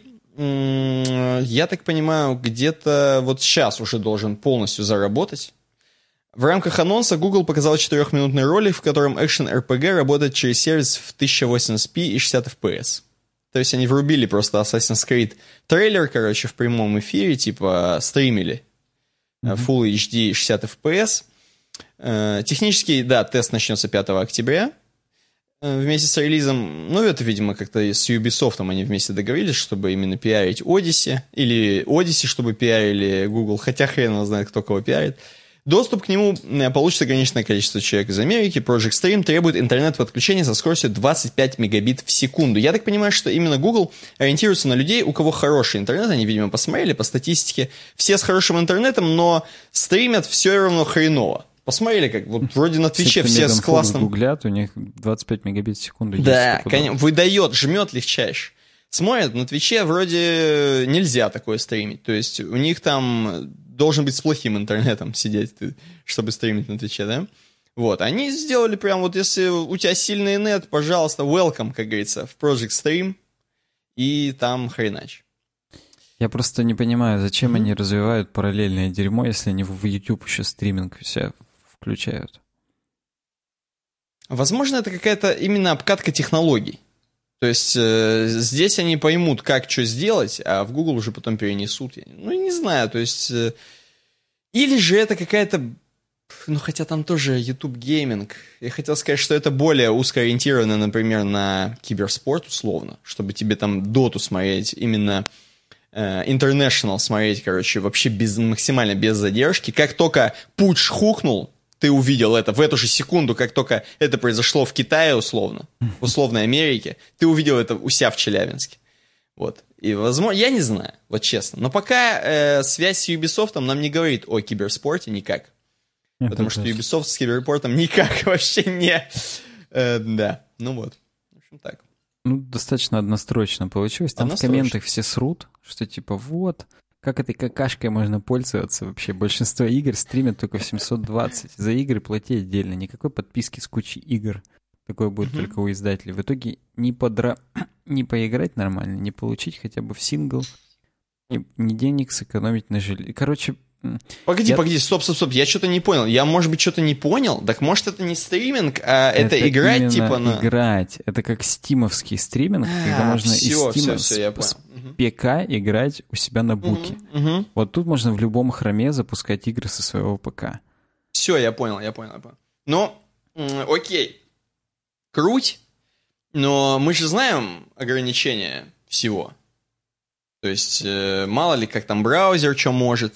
я так понимаю, где-то вот сейчас уже должен полностью заработать. В рамках анонса Google показал 4-минутный ролик, в котором экшен-RPG работает через сервис в 1080p и 60 FPS. То есть они врубили просто Assassin's Creed трейлер, короче, в прямом эфире, типа стримили Full HD 60 FPS. Технически, да, тест начнется 5 октября. Вместе с релизом, ну, это, видимо, как-то с Ubisoft они вместе договорились, чтобы именно пиарить Odyssey, или Odyssey, чтобы пиарили Google, хотя хрен его знает, кто кого пиарит. Доступ к нему получит ограниченное количество человек из Америки. Project Stream требует интернет-подключения со скоростью 25 мегабит в секунду. Я так понимаю, что именно Google ориентируется на людей, у кого хороший интернет. Они, видимо, посмотрели по статистике. Все с хорошим интернетом, но стримят все равно хреново. Посмотрели, как вот вроде на Твиче все с классным... гуглят, у них 25 мегабит в секунду. Да, конечно, выдает, жмет легчайше. Смотрят, на Твиче вроде нельзя такое стримить. То есть у них там должен быть с плохим интернетом сидеть, чтобы стримить на Твиче, да? Вот, они сделали прям вот, если у тебя сильный нет, пожалуйста, welcome, как говорится, в Project Stream, и там хренач. Я просто не понимаю, зачем они развивают параллельное дерьмо, если они в YouTube еще стриминг все включают. Возможно, это какая-то именно обкатка технологий. То есть здесь они поймут, как что сделать, а в Google уже потом перенесут. Ну, не знаю, то есть... или же это какая-то... Ну, хотя там тоже YouTube гейминг. Я хотел сказать, что это более узкоориентировано, например, на киберспорт, условно. Чтобы тебе там доту смотреть, именно International смотреть, короче, вообще максимально без задержки. Как только путч хукнул, ты увидел это в эту же секунду, как только это произошло в Китае, условно, в условной Америке, ты увидел это у себя в Челябинске. Вот. И, возможно, я не знаю, вот честно. Но пока связь с Ubisoft нам не говорит о киберспорте никак. Потому что Ubisoft с киберспортом никак вообще не... да, ну вот. В общем, так. Ну, достаточно однострочно получилось. Там в комментах все срут, что типа вот... Как этой какашкой можно пользоваться вообще? Большинство игр стримят только в 720. За игры плати отдельно. Никакой подписки с кучей игр. Такое будет только у издателей. В итоге не поиграть нормально, не получить хотя бы в сингл, ни денег сэкономить на жилье. Короче... Погоди, стоп, я что-то не понял. Я, может быть, что-то не понял? Так может это не стриминг, а это играть типа на... играть. Это как стимовский стриминг, когда можно из Стима с ПК играть у себя на буке. Вот тут можно в любом хроме запускать игры со своего ПК. Все, я понял. Ну, окей. Круть, но мы же знаем ограничения всего. То есть, мало ли, как там браузер что может.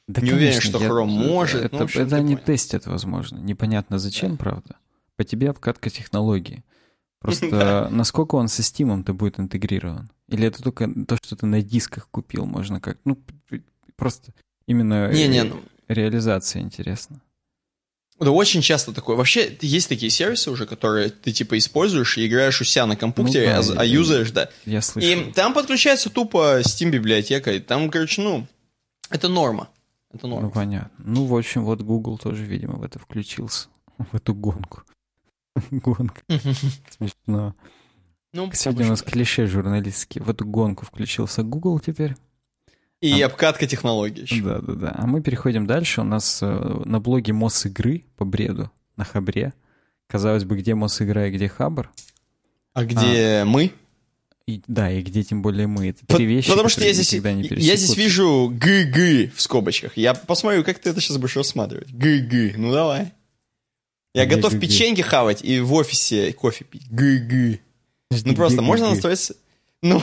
Да, Не уверен, конечно, что Chrome может. Это, Ну, в общем, это ты они понял. тестят, возможно. Непонятно зачем, правда. По тебе обкатка технологии. Да. Просто насколько он со Steam-то будет интегрирован? Или это только то, что ты на дисках купил, можно как... Ну, просто именно Не-не, ну, реализация интересна. да очень часто такое. Вообще, есть такие сервисы уже, которые ты типа используешь и играешь у себя на компьютере, Ну да, а юзаешь, да. Я слышал. И там подключается тупо Steam-библиотека, и там, короче, ну, это норма. Это Ну, норма. понятно. Ну, в общем, вот Google тоже, видимо, в это включился. В эту гонку. Гонка. Смешно. Ну, Сегодня у нас клише журналистские. В эту гонку включился Google теперь. и обкатка технологий еще. Да. А мы переходим дальше. У нас на блоге Мосигры по бреду на Хабре. Казалось бы, где Мосигра и где Хабр. А где мы? И где тем более мы. Это три вещи, Потому что которые я здесь, никогда не я пересекутся. здесь вижу ГГ в скобочках. Я посмотрю, как ты это сейчас будешь рассматривать. ГГ. Ну, давай. Я Где готов ГГ? печеньки хавать и в офисе кофе пить. ГГ. Ну, просто Где можно ГГ? настроить... Ну,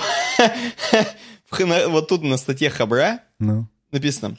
вот тут на статье Хабра Ну. написано.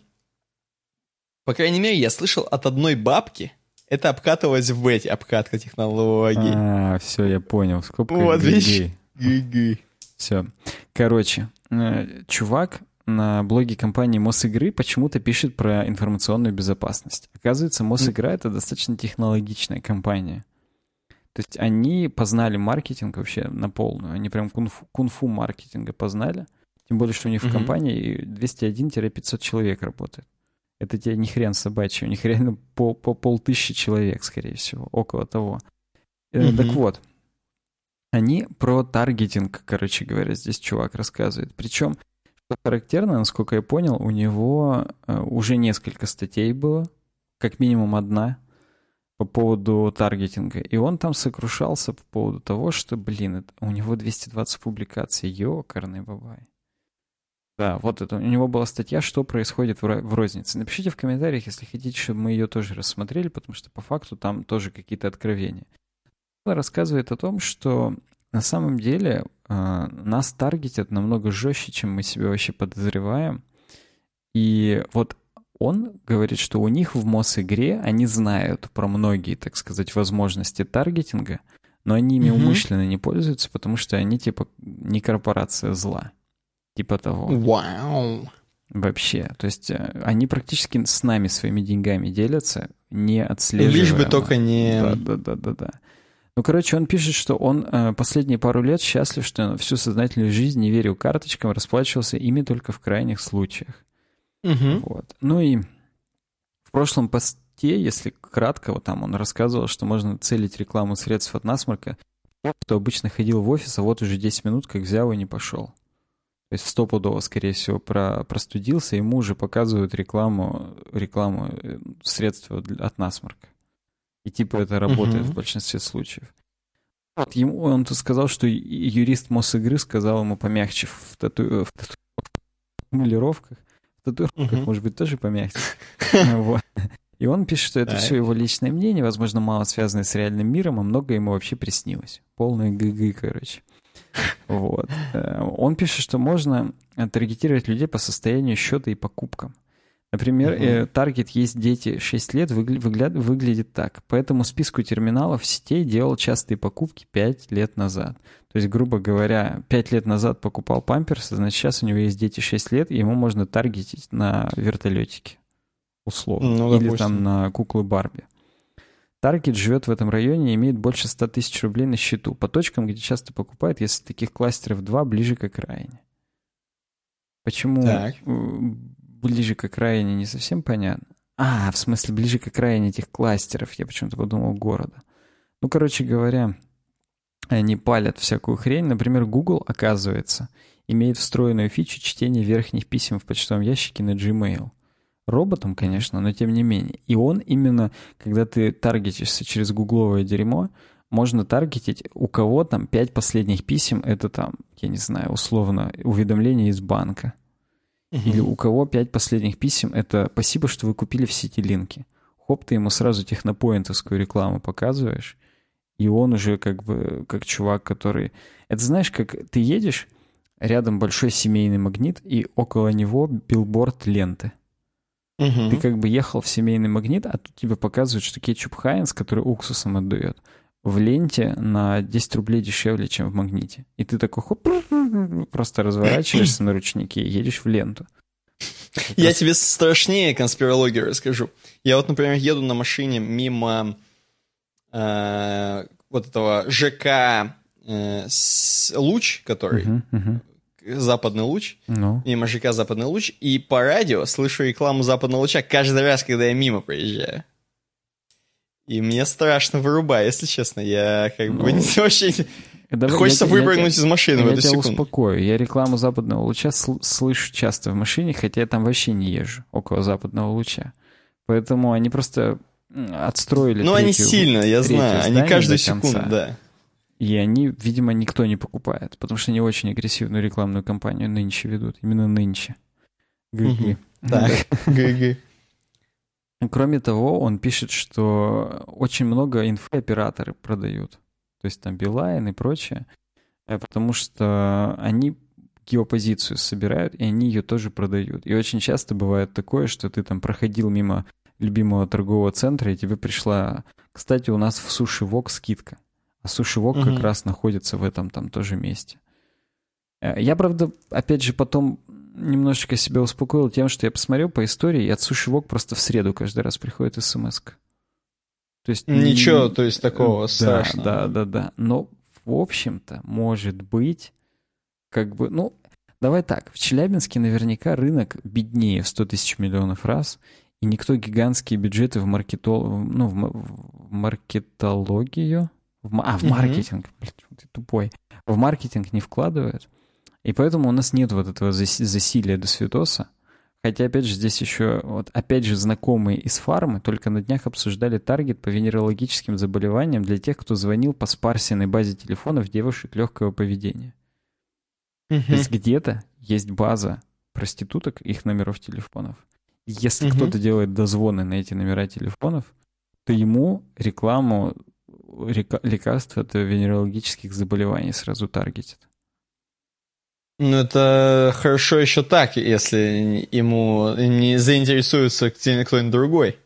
По крайней мере, я слышал от одной бабки, это обкатывалось в бете, обкатка технологий. Все, я понял. В скобках Вот, ГГ. видишь? ГГ. Все. Короче, чувак на блоге компании Мосигры почему-то пишет про информационную безопасность. Оказывается, Мосигра — это достаточно технологичная компания. То есть они познали маркетинг вообще на полную. Они прям кунг-фу маркетинга познали. Тем более, что у них в компании 201-500 человек работает. Это тебе не хрен собачий. У них реально по 500 человек, скорее всего. Около того. Так вот. Они про таргетинг, короче говоря, здесь чувак рассказывает. Причем, что характерно, насколько я понял, у него уже несколько статей было, как минимум одна, по поводу таргетинга. И он там сокрушался по поводу того, что, у него 220 публикаций. Ёкарный бабай. Да, вот это. У него была статья, что происходит в рознице. Напишите в комментариях, если хотите, чтобы мы ее тоже рассмотрели, потому что по факту там тоже какие-то откровения. Он рассказывает о том, что на самом деле нас таргетят намного жестче, чем мы себе вообще подозреваем. И вот он говорит, что у них в Мосигре они знают про многие, так сказать, возможности таргетинга, но они ими умышленно не пользуются, потому что они типа не корпорация зла. Типа того. Вау. Вообще. То есть они практически с нами своими деньгами делятся, не отслеживая. Лишь бы только не... Да. Ну, короче, он пишет, что он последние пару лет счастлив, что всю сознательную жизнь не верил карточкам, расплачивался ими только в крайних случаях. Вот. Ну и в прошлом посте, если кратко, вот там он рассказывал, что можно целить рекламу средств от насморка, кто обычно ходил в офис, а вот уже 10 минут как взял и не пошел. То есть стопудово, скорее всего, простудился, ему уже показывают рекламу средств от насморка. И типа это работает в большинстве случаев. Вот он тут сказал, что юрист Мосигры сказал ему помягче в формулировках. В татуировках, может быть, тоже помягче. Вот. И он пишет, что это все его личное мнение, возможно, мало связанное с реальным миром, а много ему вообще приснилось. Полное ГГ, короче. Вот. Он пишет, что можно таргетировать людей по состоянию счета и покупкам. Например, таргет «Есть дети 6 лет» выглядит так. По этому списку терминалов сетей делал частые покупки 5 лет назад. То есть, грубо говоря, 5 лет назад покупал памперсы, значит, сейчас у него есть дети 6 лет, и ему можно таргетить на вертолетике, условно. Ну, или допустим. там на куклы Барби. Таргет живет в этом районе и имеет больше 100 тысяч рублей на счету. По точкам, где часто покупают, если таких кластеров 2, ближе к окраине. Почему ближе к окраине, не совсем понятно. В смысле, ближе к окраине этих кластеров. Я почему-то подумал города. Ну, короче говоря, они палят всякую хрень. Например, Google, оказывается, имеет встроенную фичу чтения верхних писем в почтовом ящике на Gmail. Роботом, конечно, но тем не менее. И он именно, когда ты таргетишься через гугловое дерьмо, можно таргетить, у кого там 5 последних писем, это там, я не знаю, условно, уведомление из банка. Или у кого 5 последних писем, это спасибо, что вы купили в сети линки. Хоп, ты ему сразу технопоинтовскую рекламу показываешь, и он уже как бы, как чувак, который... Это знаешь, как ты едешь, рядом большой семейный магнит, и около него билборд ленты. Ты как бы ехал в семейный Магнит, а тут тебе показывают, что кетчуп Хайнс, который уксусом отдает, в ленте на 10 рублей дешевле, чем в Магните. И ты такой хоп, просто разворачиваешься на ручнике и едешь в ленту. Я тебе страшнее конспирологию расскажу. Я вот, например, еду на машине мимо вот этого ЖК Луч, который... Западный луч, мимо ЖК Западный луч, и по радио слышу рекламу Западного луча каждый раз, когда я мимо проезжаю. И мне страшно вырубай, если честно. Я как бы вообще... Хочется выпрыгнуть из машины в эту секунду. Я тебя успокою. Я рекламу Западного луча слышу часто в машине, хотя я там вообще не езжу около Западного луча. Поэтому они просто отстроили они сильно, я знаю. Они каждую секунду, да. И они, видимо, никто не покупает, потому что они очень агрессивную рекламную кампанию нынче ведут. Именно нынче. ГГ. Так, ГГ. Кроме того, он пишет, что очень много инфы операторы продают. То есть там Билайн и прочее. Потому что они геопозицию собирают, и они ее тоже продают. И очень часто бывает такое, что ты там проходил мимо любимого торгового центра, и тебе пришла... Кстати, у нас в Суши Вок скидка. А Суши Вок как раз находится в этом там тоже месте. Я, правда, опять же, потом немножечко себя успокоил тем, что я посмотрел по истории, и от Суши Вок просто в среду каждый раз приходит смс-ка. То есть... Ничего, то есть такого страшного. Да. Но, в общем-то, может быть, как бы... давай так. В Челябинске наверняка рынок беднее в 100 тысяч миллионов раз, и никто гигантские бюджеты в маркетологию... в маркетинг, блин, ты тупой. В маркетинг не вкладывают. И поэтому у нас нет вот этого засилия до святоса. Хотя, опять же, здесь еще, опять же, знакомые из фармы только на днях обсуждали таргет по венерологическим заболеваниям для тех, кто звонил по спарсенной базе телефонов девушек легкого поведения. То есть где-то есть база проституток, их номеров телефонов. Если кто-то делает дозвоны на эти номера телефонов, то ему рекламу лекарств от венерологических заболеваний сразу таргетит. Это хорошо еще так, если ему не заинтересуется кто-нибудь другой.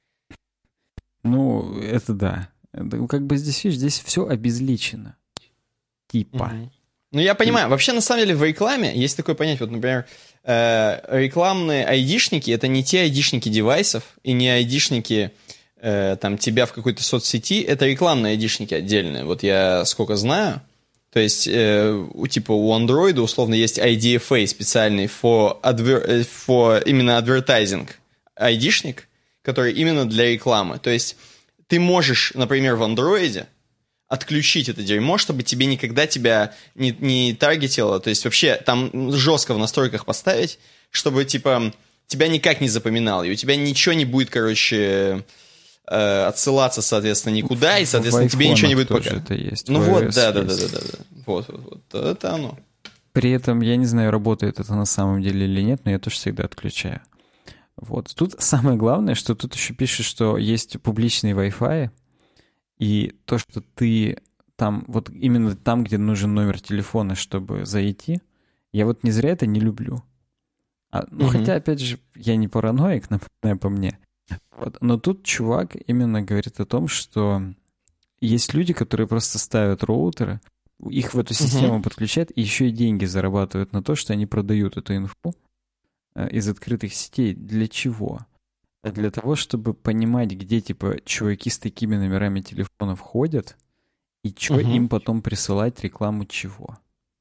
Это да. Как бы здесь, видишь, здесь все обезличено. Типа. Я понимаю. Вообще, на самом деле, в рекламе есть такое понятие. Вот, например, рекламные айдишники — это не те айдишники девайсов и не айдишники... там тебя в какой-то соцсети, это рекламные айдишники отдельные. Вот я сколько знаю. То есть, типа у Android условно есть IDFA специальный for именно advertising айдишник, который именно для рекламы. То есть ты можешь, например, в Android отключить это дерьмо, чтобы тебе никогда тебя не таргетило. То есть вообще там жестко в настройках поставить, чтобы типа тебя никак не запоминал, и у тебя ничего не будет, отсылаться, соответственно, никуда, и, соответственно, тебе ничего не будет показывать. Это есть. Да. Вот. Это оно. При этом я не знаю, работает это на самом деле или нет, но я тоже всегда отключаю. Вот. Тут самое главное, что тут еще пишет, что есть публичный Wi-Fi, и то, что ты там, вот именно там, где нужен номер телефона, чтобы зайти, я вот не зря это не люблю. Хотя, опять же, я не параноик, например, по мне. Вот. Но тут чувак именно говорит о том, что есть люди, которые просто ставят роутеры, их в эту систему подключают и еще и деньги зарабатывают на то, что они продают эту инфу из открытых сетей. Для чего? Для того, чтобы понимать, где типа чуваки с такими номерами телефонов ходят и что им потом присылать рекламу чего.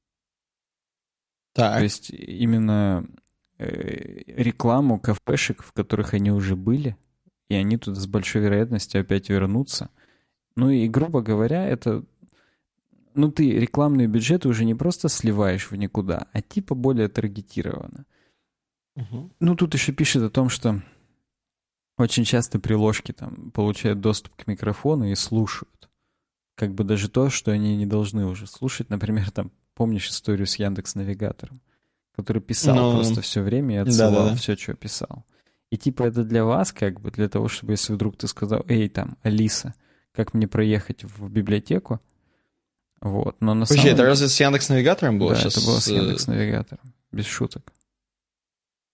Так. То есть именно... рекламу кафешек, в которых они уже были, и они туда с большой вероятностью опять вернутся. И, грубо говоря, это... ты рекламные бюджеты уже не просто сливаешь в никуда, а типа более таргетированно. Тут еще пишет о том, что очень часто приложки там получают доступ к микрофону и слушают. Как бы даже то, что они не должны уже слушать. Например, там, помнишь историю с Яндекс.Навигатором? Который писал просто все время и отсылал все, что писал. И типа это для вас, как бы, для того, чтобы если вдруг ты сказал, там, Алиса, как мне проехать в библиотеку? Вот, но на самом деле... это разве с Яндекс.Навигатором было? Да, это было с Яндекс.Навигатором, без шуток.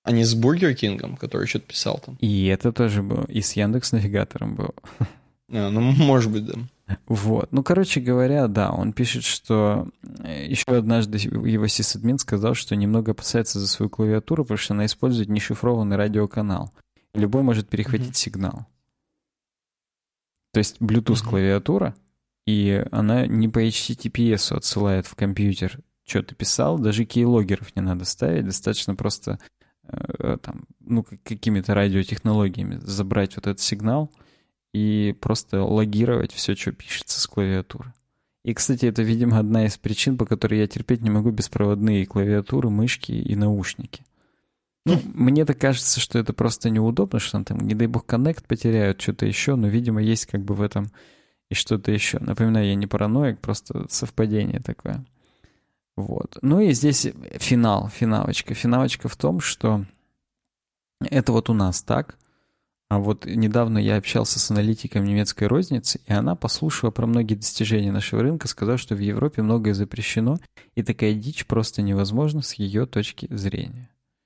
а не с Бургер Кингом, который что-то писал там. И это тоже было. И с Яндекс.Навигатором было. Ну, может быть, да. Вот. Ну, короче говоря, да, он пишет, что еще однажды его сисадмин сказал, что немного опасается за свою клавиатуру, потому что она использует нешифрованный радиоканал. Любой может перехватить сигнал. То есть Bluetooth клавиатура, и она не по HTTPS отсылает в компьютер, что ты писал, даже кейлогеров не надо ставить, достаточно просто там, ну, какими-то радиотехнологиями забрать вот этот сигнал и просто логировать все, что пишется с клавиатуры. И, кстати, это, видимо, одна из причин, по которой я терпеть не могу беспроводные клавиатуры, мышки и наушники. Ну, мне-то кажется, что это просто неудобно, что там, не дай бог, коннект потеряют, что-то еще, но, видимо, есть как бы в этом и что-то еще. Напоминаю, я не параноик, просто совпадение такое. Вот. Ну и здесь финалочка. Финалочка в том, что это вот у нас так, а вот недавно я общался с аналитиком немецкой розницы, и она, послушала про многие достижения нашего рынка, сказала, что в Европе многое запрещено, и такая дичь просто невозможна с ее точки зрения.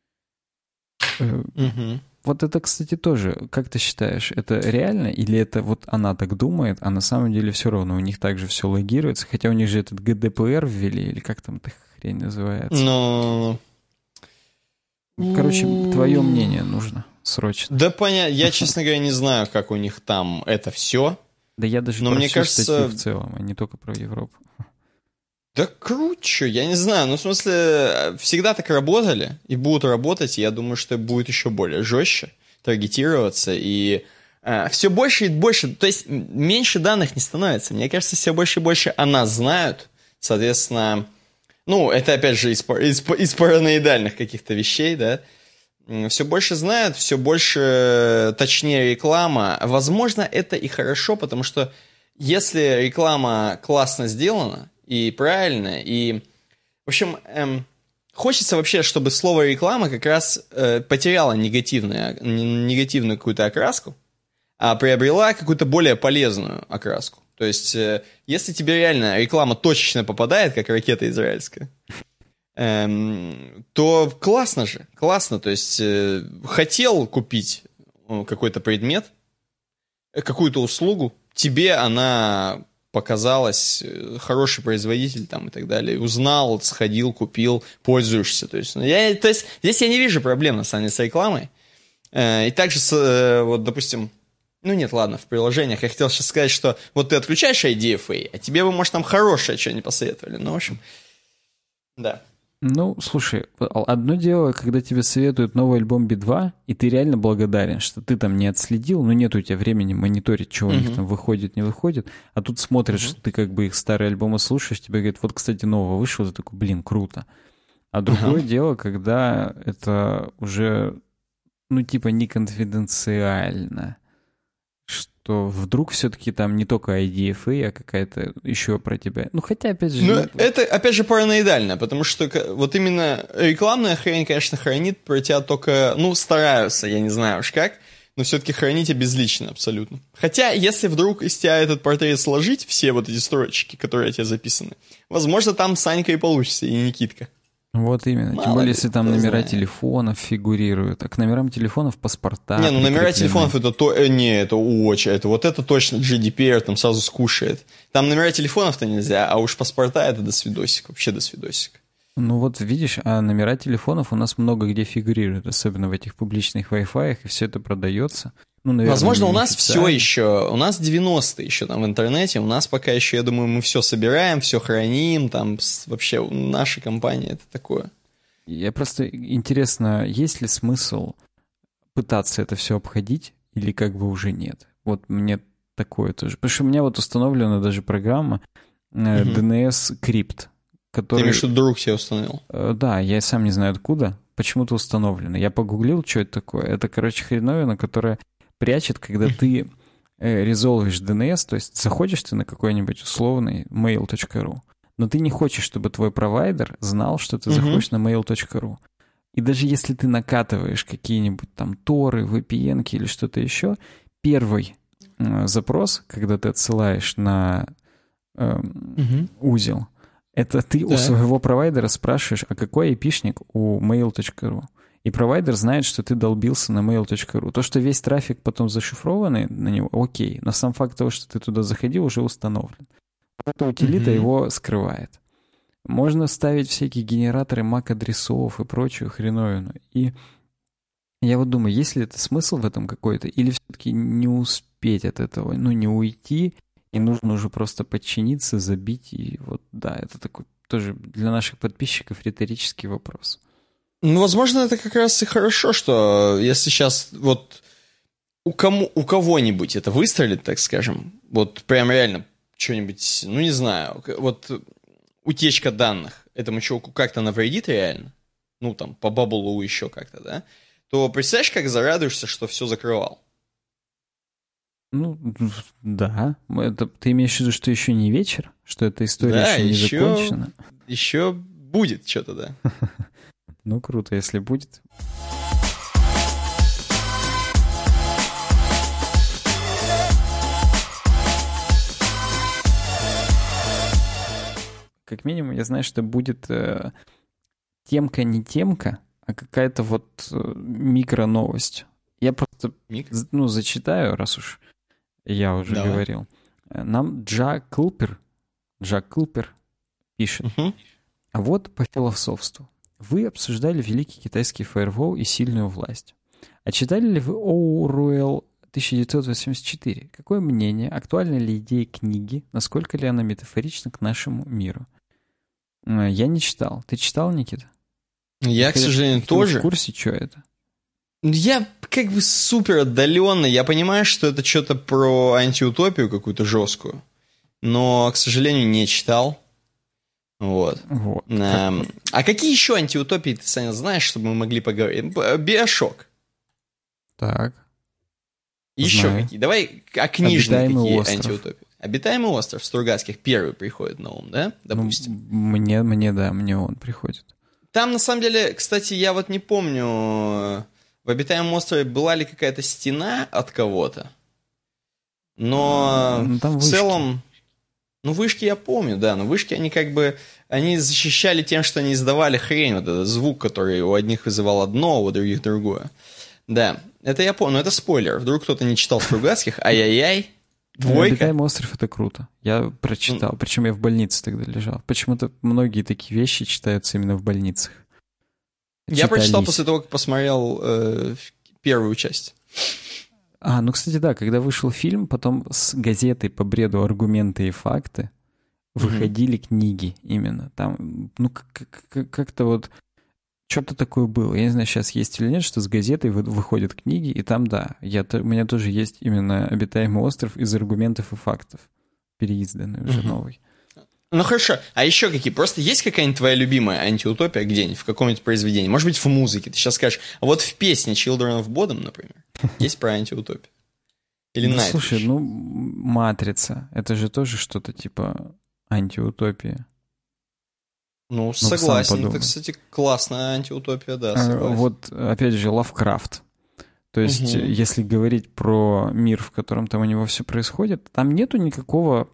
Вот это, кстати, тоже, как ты считаешь, это реально или это вот она так думает, а на самом деле все равно у них также все логируется, хотя у них же этот ГДПР ввели, или как там эта хрень называется? Ну... Короче, твое мнение нужно срочно. Да понятно, я, честно говоря, не знаю, как у них там это все. Да я даже про всю статью в целом, а не только про Европу. Да круче, я не знаю. Ну, в смысле, всегда так работали и будут работать. И я думаю, что будет еще более жестче таргетироваться. И все больше и больше, то есть меньше данных не становится. Мне кажется, все больше и больше о нас знают. Соответственно, ну, это опять же из параноидальных каких-то вещей, да. Все больше знают, все больше, точнее, реклама. Возможно, это и хорошо, потому что если реклама классно сделана и правильно, и, в общем, хочется вообще, чтобы слово реклама как раз потеряло негативную какую-то окраску, а приобрела какую-то более полезную окраску. То есть, если тебе реально реклама точечно попадает, как ракета израильская, то классно же, классно. То есть, хотел купить какой-то предмет, какую-то услугу, тебе она показалась, хороший производитель там и так далее, узнал, сходил, купил, пользуешься. То есть, здесь я не вижу проблем, на самом деле, с рекламой. И также, вот, допустим, ну нет, ладно, в приложениях я хотел сейчас сказать, что вот ты отключаешь IDFA, а тебе бы, может, там хорошее что-нибудь посоветовали. Ну, в общем, да. Ну, слушай, одно дело, когда тебе советуют новый альбом Би-2, и ты реально благодарен, что ты там не отследил, но нет у тебя времени мониторить, что у них там выходит, не выходит, а тут смотришь, что ты как бы их старые альбомы слушаешь, тебе говорят, вот, кстати, нового вышел, ты такой, блин, круто. А другое дело, когда это уже, ну, типа, не конфиденциально, что вдруг все-таки там не только IDFA, а какая-то еще про тебя. Ну, хотя, опять же... Ну, это, опять же, параноидально, потому что вот именно рекламная хрень, конечно, хранит про тебя только... Ну, стараются, я не знаю уж как, но все-таки хранить обезлично абсолютно. Хотя, если вдруг из тебя этот портрет сложить, все вот эти строчки, которые у тебя записаны, возможно, там Санька и получится, и Никитка. Вот именно. Тем более, если там номера телефонов фигурируют. А к номерам телефонов паспорта. Не, ну номера телефонов это это очень, вот это точно GDPR там сразу скушает. Там номера телефонов-то нельзя, а уж паспорта это досвидосик, вообще досвидосик. Ну вот видишь, а номера телефонов у нас много где фигурируют, особенно в этих публичных Wi-Fi, и все это продается. Ну, наверное, возможно, у нас все еще, у нас 90-е еще там в интернете, у нас пока еще, я думаю, мы все собираем, все храним, там вообще наша компания это такое. Я просто, интересно, есть ли смысл пытаться это все обходить или как бы уже нет? Вот мне такое тоже. Потому что у меня вот установлена даже программа DNS Crypt, который... Ты имеешь в виду, друг себе установил? Да, я сам не знаю откуда, почему-то установлено. Я погуглил, что это такое. Это, короче, хреновина, которая прячет, когда ты резолвишь DNS, то есть заходишь ты на какой-нибудь условный mail.ru, но ты не хочешь, чтобы твой провайдер знал, что ты заходишь на mail.ru. И даже если ты накатываешь какие-нибудь там торы, VPN-ки или что-то еще, первый запрос, когда ты отсылаешь на узел, это ты у своего провайдера спрашиваешь, а какой айпишник у mail.ru. И провайдер знает, что ты долбился на mail.ru. То, что весь трафик потом зашифрованный на него, окей. Но сам факт того, что ты туда заходил, уже установлен. Эта утилита его скрывает. Можно ставить всякие генераторы MAC-адресов и прочую хреновину. И я вот думаю, есть ли это смысл в этом какой-то, или все-таки не успеть от этого, не уйти, и нужно уже просто подчиниться, забить, и вот, да, это такой тоже для наших подписчиков риторический вопрос. Возможно, это как раз и хорошо, что если сейчас вот у кого-нибудь это выстрелит, так скажем, вот прям реально что-нибудь, не знаю, вот утечка данных этому чуваку как-то навредит реально, там, по баблу еще как-то, да, то представляешь, как зарадуешься, что все закрывал? Да. Это, ты имеешь в виду, что еще не вечер? Что эта история еще не закончена? Еще будет что-то, да. Круто, если будет. Как минимум, я знаю, что будет темка не темка, а какая-то вот микроновость. Я просто зачитаю, раз уж я уже говорил. Нам Джак Клупер пишет. А вот по философству. Вы обсуждали великий китайский фаервол и сильную власть. А читали ли вы Оруэлл 1984? Какое мнение, актуальна ли идея книги, насколько ли она метафорична к нашему миру? Я не читал. Ты читал, Никита? Я, к сожалению, тоже. Ты в курсе, что это? Я как бы супер отдаленно. Я понимаю, что это что-то про антиутопию какую-то жесткую. Но, к сожалению, не читал. Вот. А какие еще антиутопии ты, Саня, знаешь, чтобы мы могли поговорить? Биошок. Так. Еще какие? Давай книжные какие антиутопии. Обитаемый остров Стругацких первый приходит на ум, да? Допустим. Мне он приходит. Там, на самом деле, кстати, я вот не помню, в обитаемом острове была ли какая-то стена от кого-то. Но там в целом... вышки я помню, да, но вышки они они защищали тем, что они издавали хрень, вот этот звук, который у одних вызывал одно, а у других другое. Да, это я помню, но это спойлер. Вдруг кто-то не читал Стругацких, ай-яй-яй, двойка. Обитаемый остров — это круто. Я прочитал, причем я в больнице тогда лежал. Почему-то многие такие вещи читаются именно в больницах. Я прочитал после того, как посмотрел первую часть. Кстати, да, когда вышел фильм, потом с газетой по бреду «Аргументы и факты» выходили книги именно. Там, как-то вот что-то такое было. Я не знаю, сейчас есть или нет, что с газетой выходят книги, и там, да, у меня тоже есть именно «Обитаемый остров» из «Аргументов и фактов», переизданный уже новый. Хорошо, а еще какие? Просто есть какая-нибудь твоя любимая антиутопия где-нибудь, в каком-нибудь произведении? Может быть, в музыке? Ты сейчас скажешь, а вот в песне Children of Bodom, например, есть про антиутопию. Или Nightwish. Слушай, «Матрица», это же тоже что-то типа антиутопии. Согласен. Это, кстати, классная антиутопия, да, согласен. Вот, опять же, Лавкрафт. То есть, если говорить про мир, в котором там у него все происходит, там нету никакого...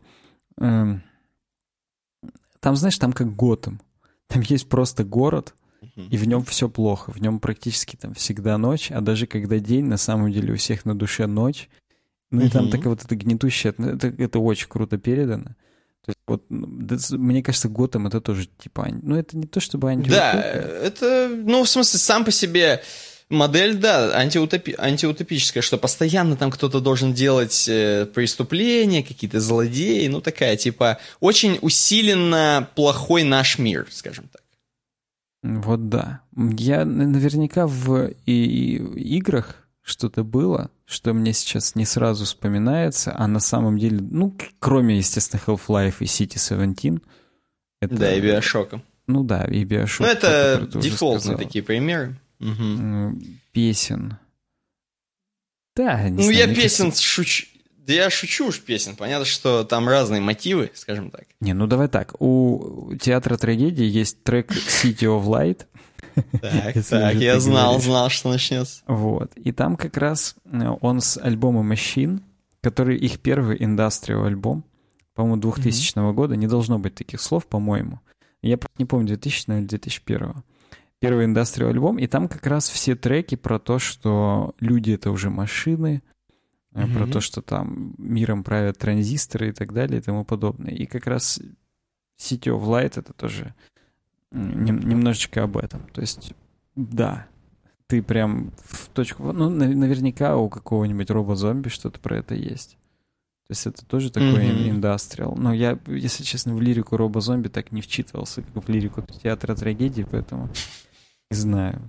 Там, знаешь, там как Готэм. Там есть просто город, и в нем все плохо. В нем практически там всегда ночь, а даже когда день, на самом деле у всех на душе ночь. И там такая вот эта гнетущая... Это очень круто передано. То есть, вот, мне кажется, Готэм это тоже типа... это не то чтобы антиутопия. Да, это... в смысле, сам по себе... Модель, да, антиутопическая, что постоянно там кто-то должен делать преступления, какие-то злодеи, такая, типа, очень усиленно плохой наш мир, скажем так. Вот да. Я наверняка в играх что-то было, что мне сейчас не сразу вспоминается, а на самом деле, кроме, естественно, Half-Life и City 17. Это... Да, и Биошока. Да, и Биошок. Это дефолтные такие примеры. Песен. Да, не знаю, я песен шучу. Да я шучу уж песен. Понятно, что там разные мотивы, скажем так. Давай так. У театра трагедии есть трек City of Light. Так, я знал, что начнется. Вот. И там как раз он с альбома Machine, который их первый индастриал альбом, по-моему, 2000 года. Не должно быть таких слов, по-моему. Я просто не помню, 2000 или 2001. Первый индастриал альбом, и там как раз все треки про то, что люди — это уже машины, про то, что там миром правят транзисторы и так далее и тому подобное. И как раз City of Light — это тоже немножечко об этом. То есть, да, ты прям в точку... Ну, наверняка у какого-нибудь робо-зомби что-то про это есть. То есть это тоже такой индастриал. Но я, если честно, в лирику робо-зомби так не вчитывался, как в лирику театра трагедии, поэтому не знаю.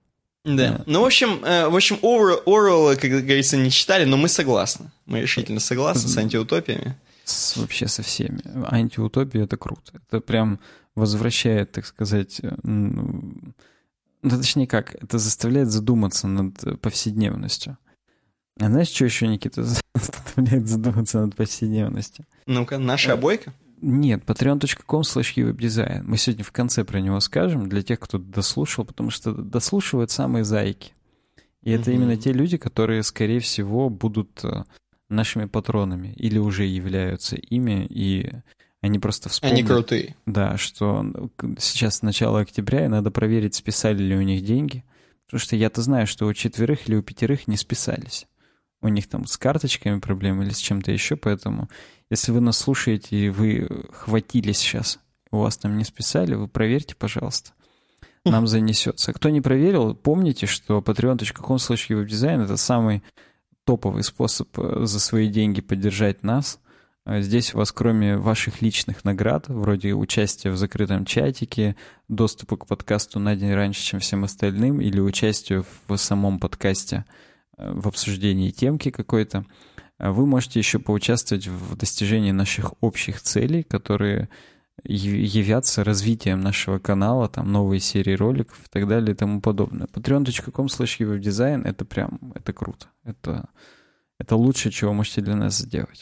Да. Ну, в общем, Оруэлла, как говорится, не читали, но мы согласны. Мы решительно согласны с антиутопиями. Вообще со всеми. Антиутопия — это круто. Это прям возвращает, так сказать... Ну, точнее как, это заставляет задуматься над повседневностью. А знаешь, что еще, Никита, заставляет задуматься над повседневностью? Ну-ка, наша обойка? Нет, patreon.com/uwebdesign. Мы сегодня в конце про него скажем, для тех, кто дослушал, потому что дослушивают самые зайки. И это именно те люди, которые, скорее всего, будут нашими патронами или уже являются ими, и они просто вспомнят... Они крутые. Да, что сейчас начало октября, и надо проверить, списали ли у них деньги. Потому что я-то знаю, что у 4 или у 5 не списались. У них там с карточками проблемы или с чем-то еще, поэтому если вы нас слушаете и вы хватились сейчас, у вас там не списали, вы проверьте, пожалуйста. Нам занесется. Кто не проверил, помните, что patreon.com/uwebdesign — это самый топовый способ за свои деньги поддержать нас. Здесь у вас, кроме ваших личных наград, вроде участия в закрытом чатике, доступа к подкасту на день раньше, чем всем остальным, или участию в самом подкасте, в обсуждении темки какой-то, вы можете еще поучаствовать в достижении наших общих целей, которые явятся развитием нашего канала, там новые серии роликов и так далее и тому подобное. patreon.com/uwebdesign — это прям, это круто. Это лучшее, чего можете для нас сделать.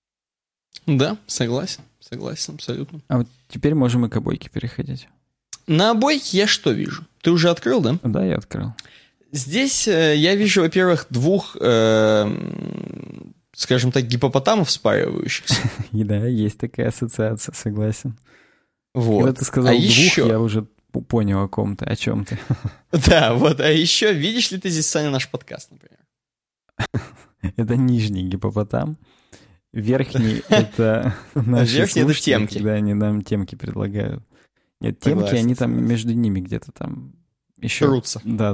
Да, согласен абсолютно. А вот теперь можем и к обойке переходить. На обойке я что вижу? Ты уже открыл, да? Да, я открыл. Здесь я вижу, во-первых, двух, скажем так, гипопотамов спаривающихся. Да, есть такая ассоциация, согласен. Вот. Когда ты сказал двух, я уже понял о ком ты, о чем ты. Да, вот. А еще, видишь ли ты здесь, Саня, наш подкаст, например? Это нижний гипопотам. Верхний — это наши Верхний — это слушатели, темки. когда они нам темки предлагают. Нет, темки, они там между ними где-то там еще... Трутся. Да.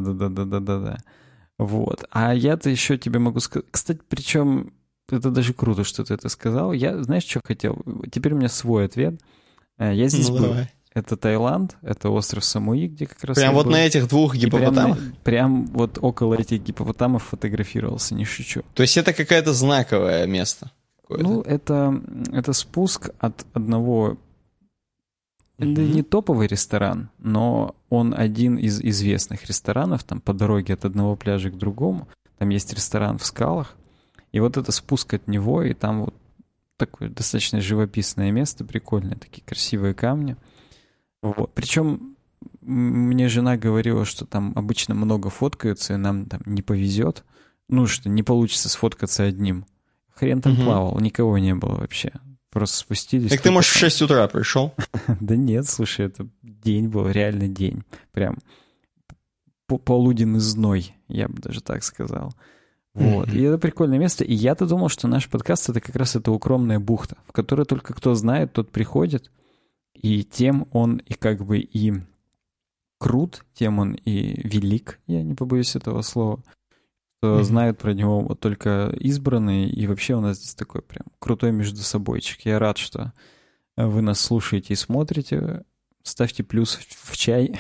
Вот. А я-то еще тебе могу сказать... Кстати, причем это даже круто, что ты это сказал. Я, знаешь, что хотел? Теперь у меня свой ответ. Я здесь был. Давай. Это Таиланд, это остров Самуи, где как раз... Прям вот на этих двух гипопотамах? Прям вот около этих гипопотамов фотографировался, не шучу. То есть это какое-то знаковое место? Ну, это спуск от одного... Это не топовый ресторан, но он один из известных ресторанов, там по дороге от одного пляжа к другому. Там есть ресторан в скалах. И вот это спуск от него, и там вот такое достаточно живописное место, прикольное, такие красивые камни. Вот. Причем мне жена говорила, что там обычно много фоткаются, и нам там не повезет. Ну, что не получится сфоткаться одним. Хрен там плавал, никого не было вообще. Просто спустились. Так ты, может, в 6 утра пришел? Да нет, слушай, это день был, реально день. Прям полуденный зной, я бы даже так сказал. Вот. И это прикольное место. И я-то думал, что наш подкаст — это как раз эта укромная бухта, в которой только кто знает, тот приходит. И тем он и как бы и крут, тем он и велик, я не побоюсь этого слова. Что знают про него вот только избранные, и вообще у нас здесь такой прям крутой междусобойчик. Я рад, что вы нас слушаете и смотрите. Ставьте плюс в чай,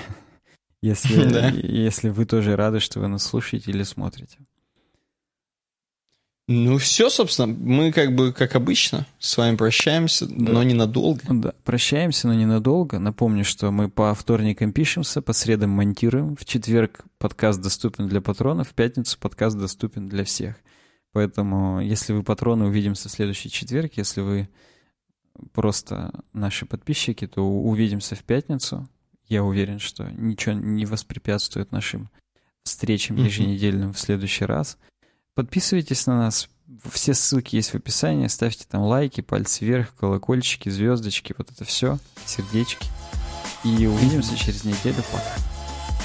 если вы тоже рады, что вы нас слушаете или смотрите. Ну все, собственно, мы как бы, как обычно, с вами прощаемся, но ненадолго. Да, прощаемся, но ненадолго. Напомню, что мы по вторникам пишемся, по средам монтируем. В четверг подкаст доступен для патронов, в пятницу подкаст доступен для всех. Поэтому, если вы патроны, увидимся в следующий четверг. Если вы просто наши подписчики, то увидимся в пятницу. Я уверен, что ничего не воспрепятствует нашим встречам еженедельным в следующий раз. Подписывайтесь на нас. Все ссылки есть в описании. Ставьте там лайки, пальцы вверх, колокольчики, звездочки. Вот это все. Сердечки. И увидимся через неделю. Пока.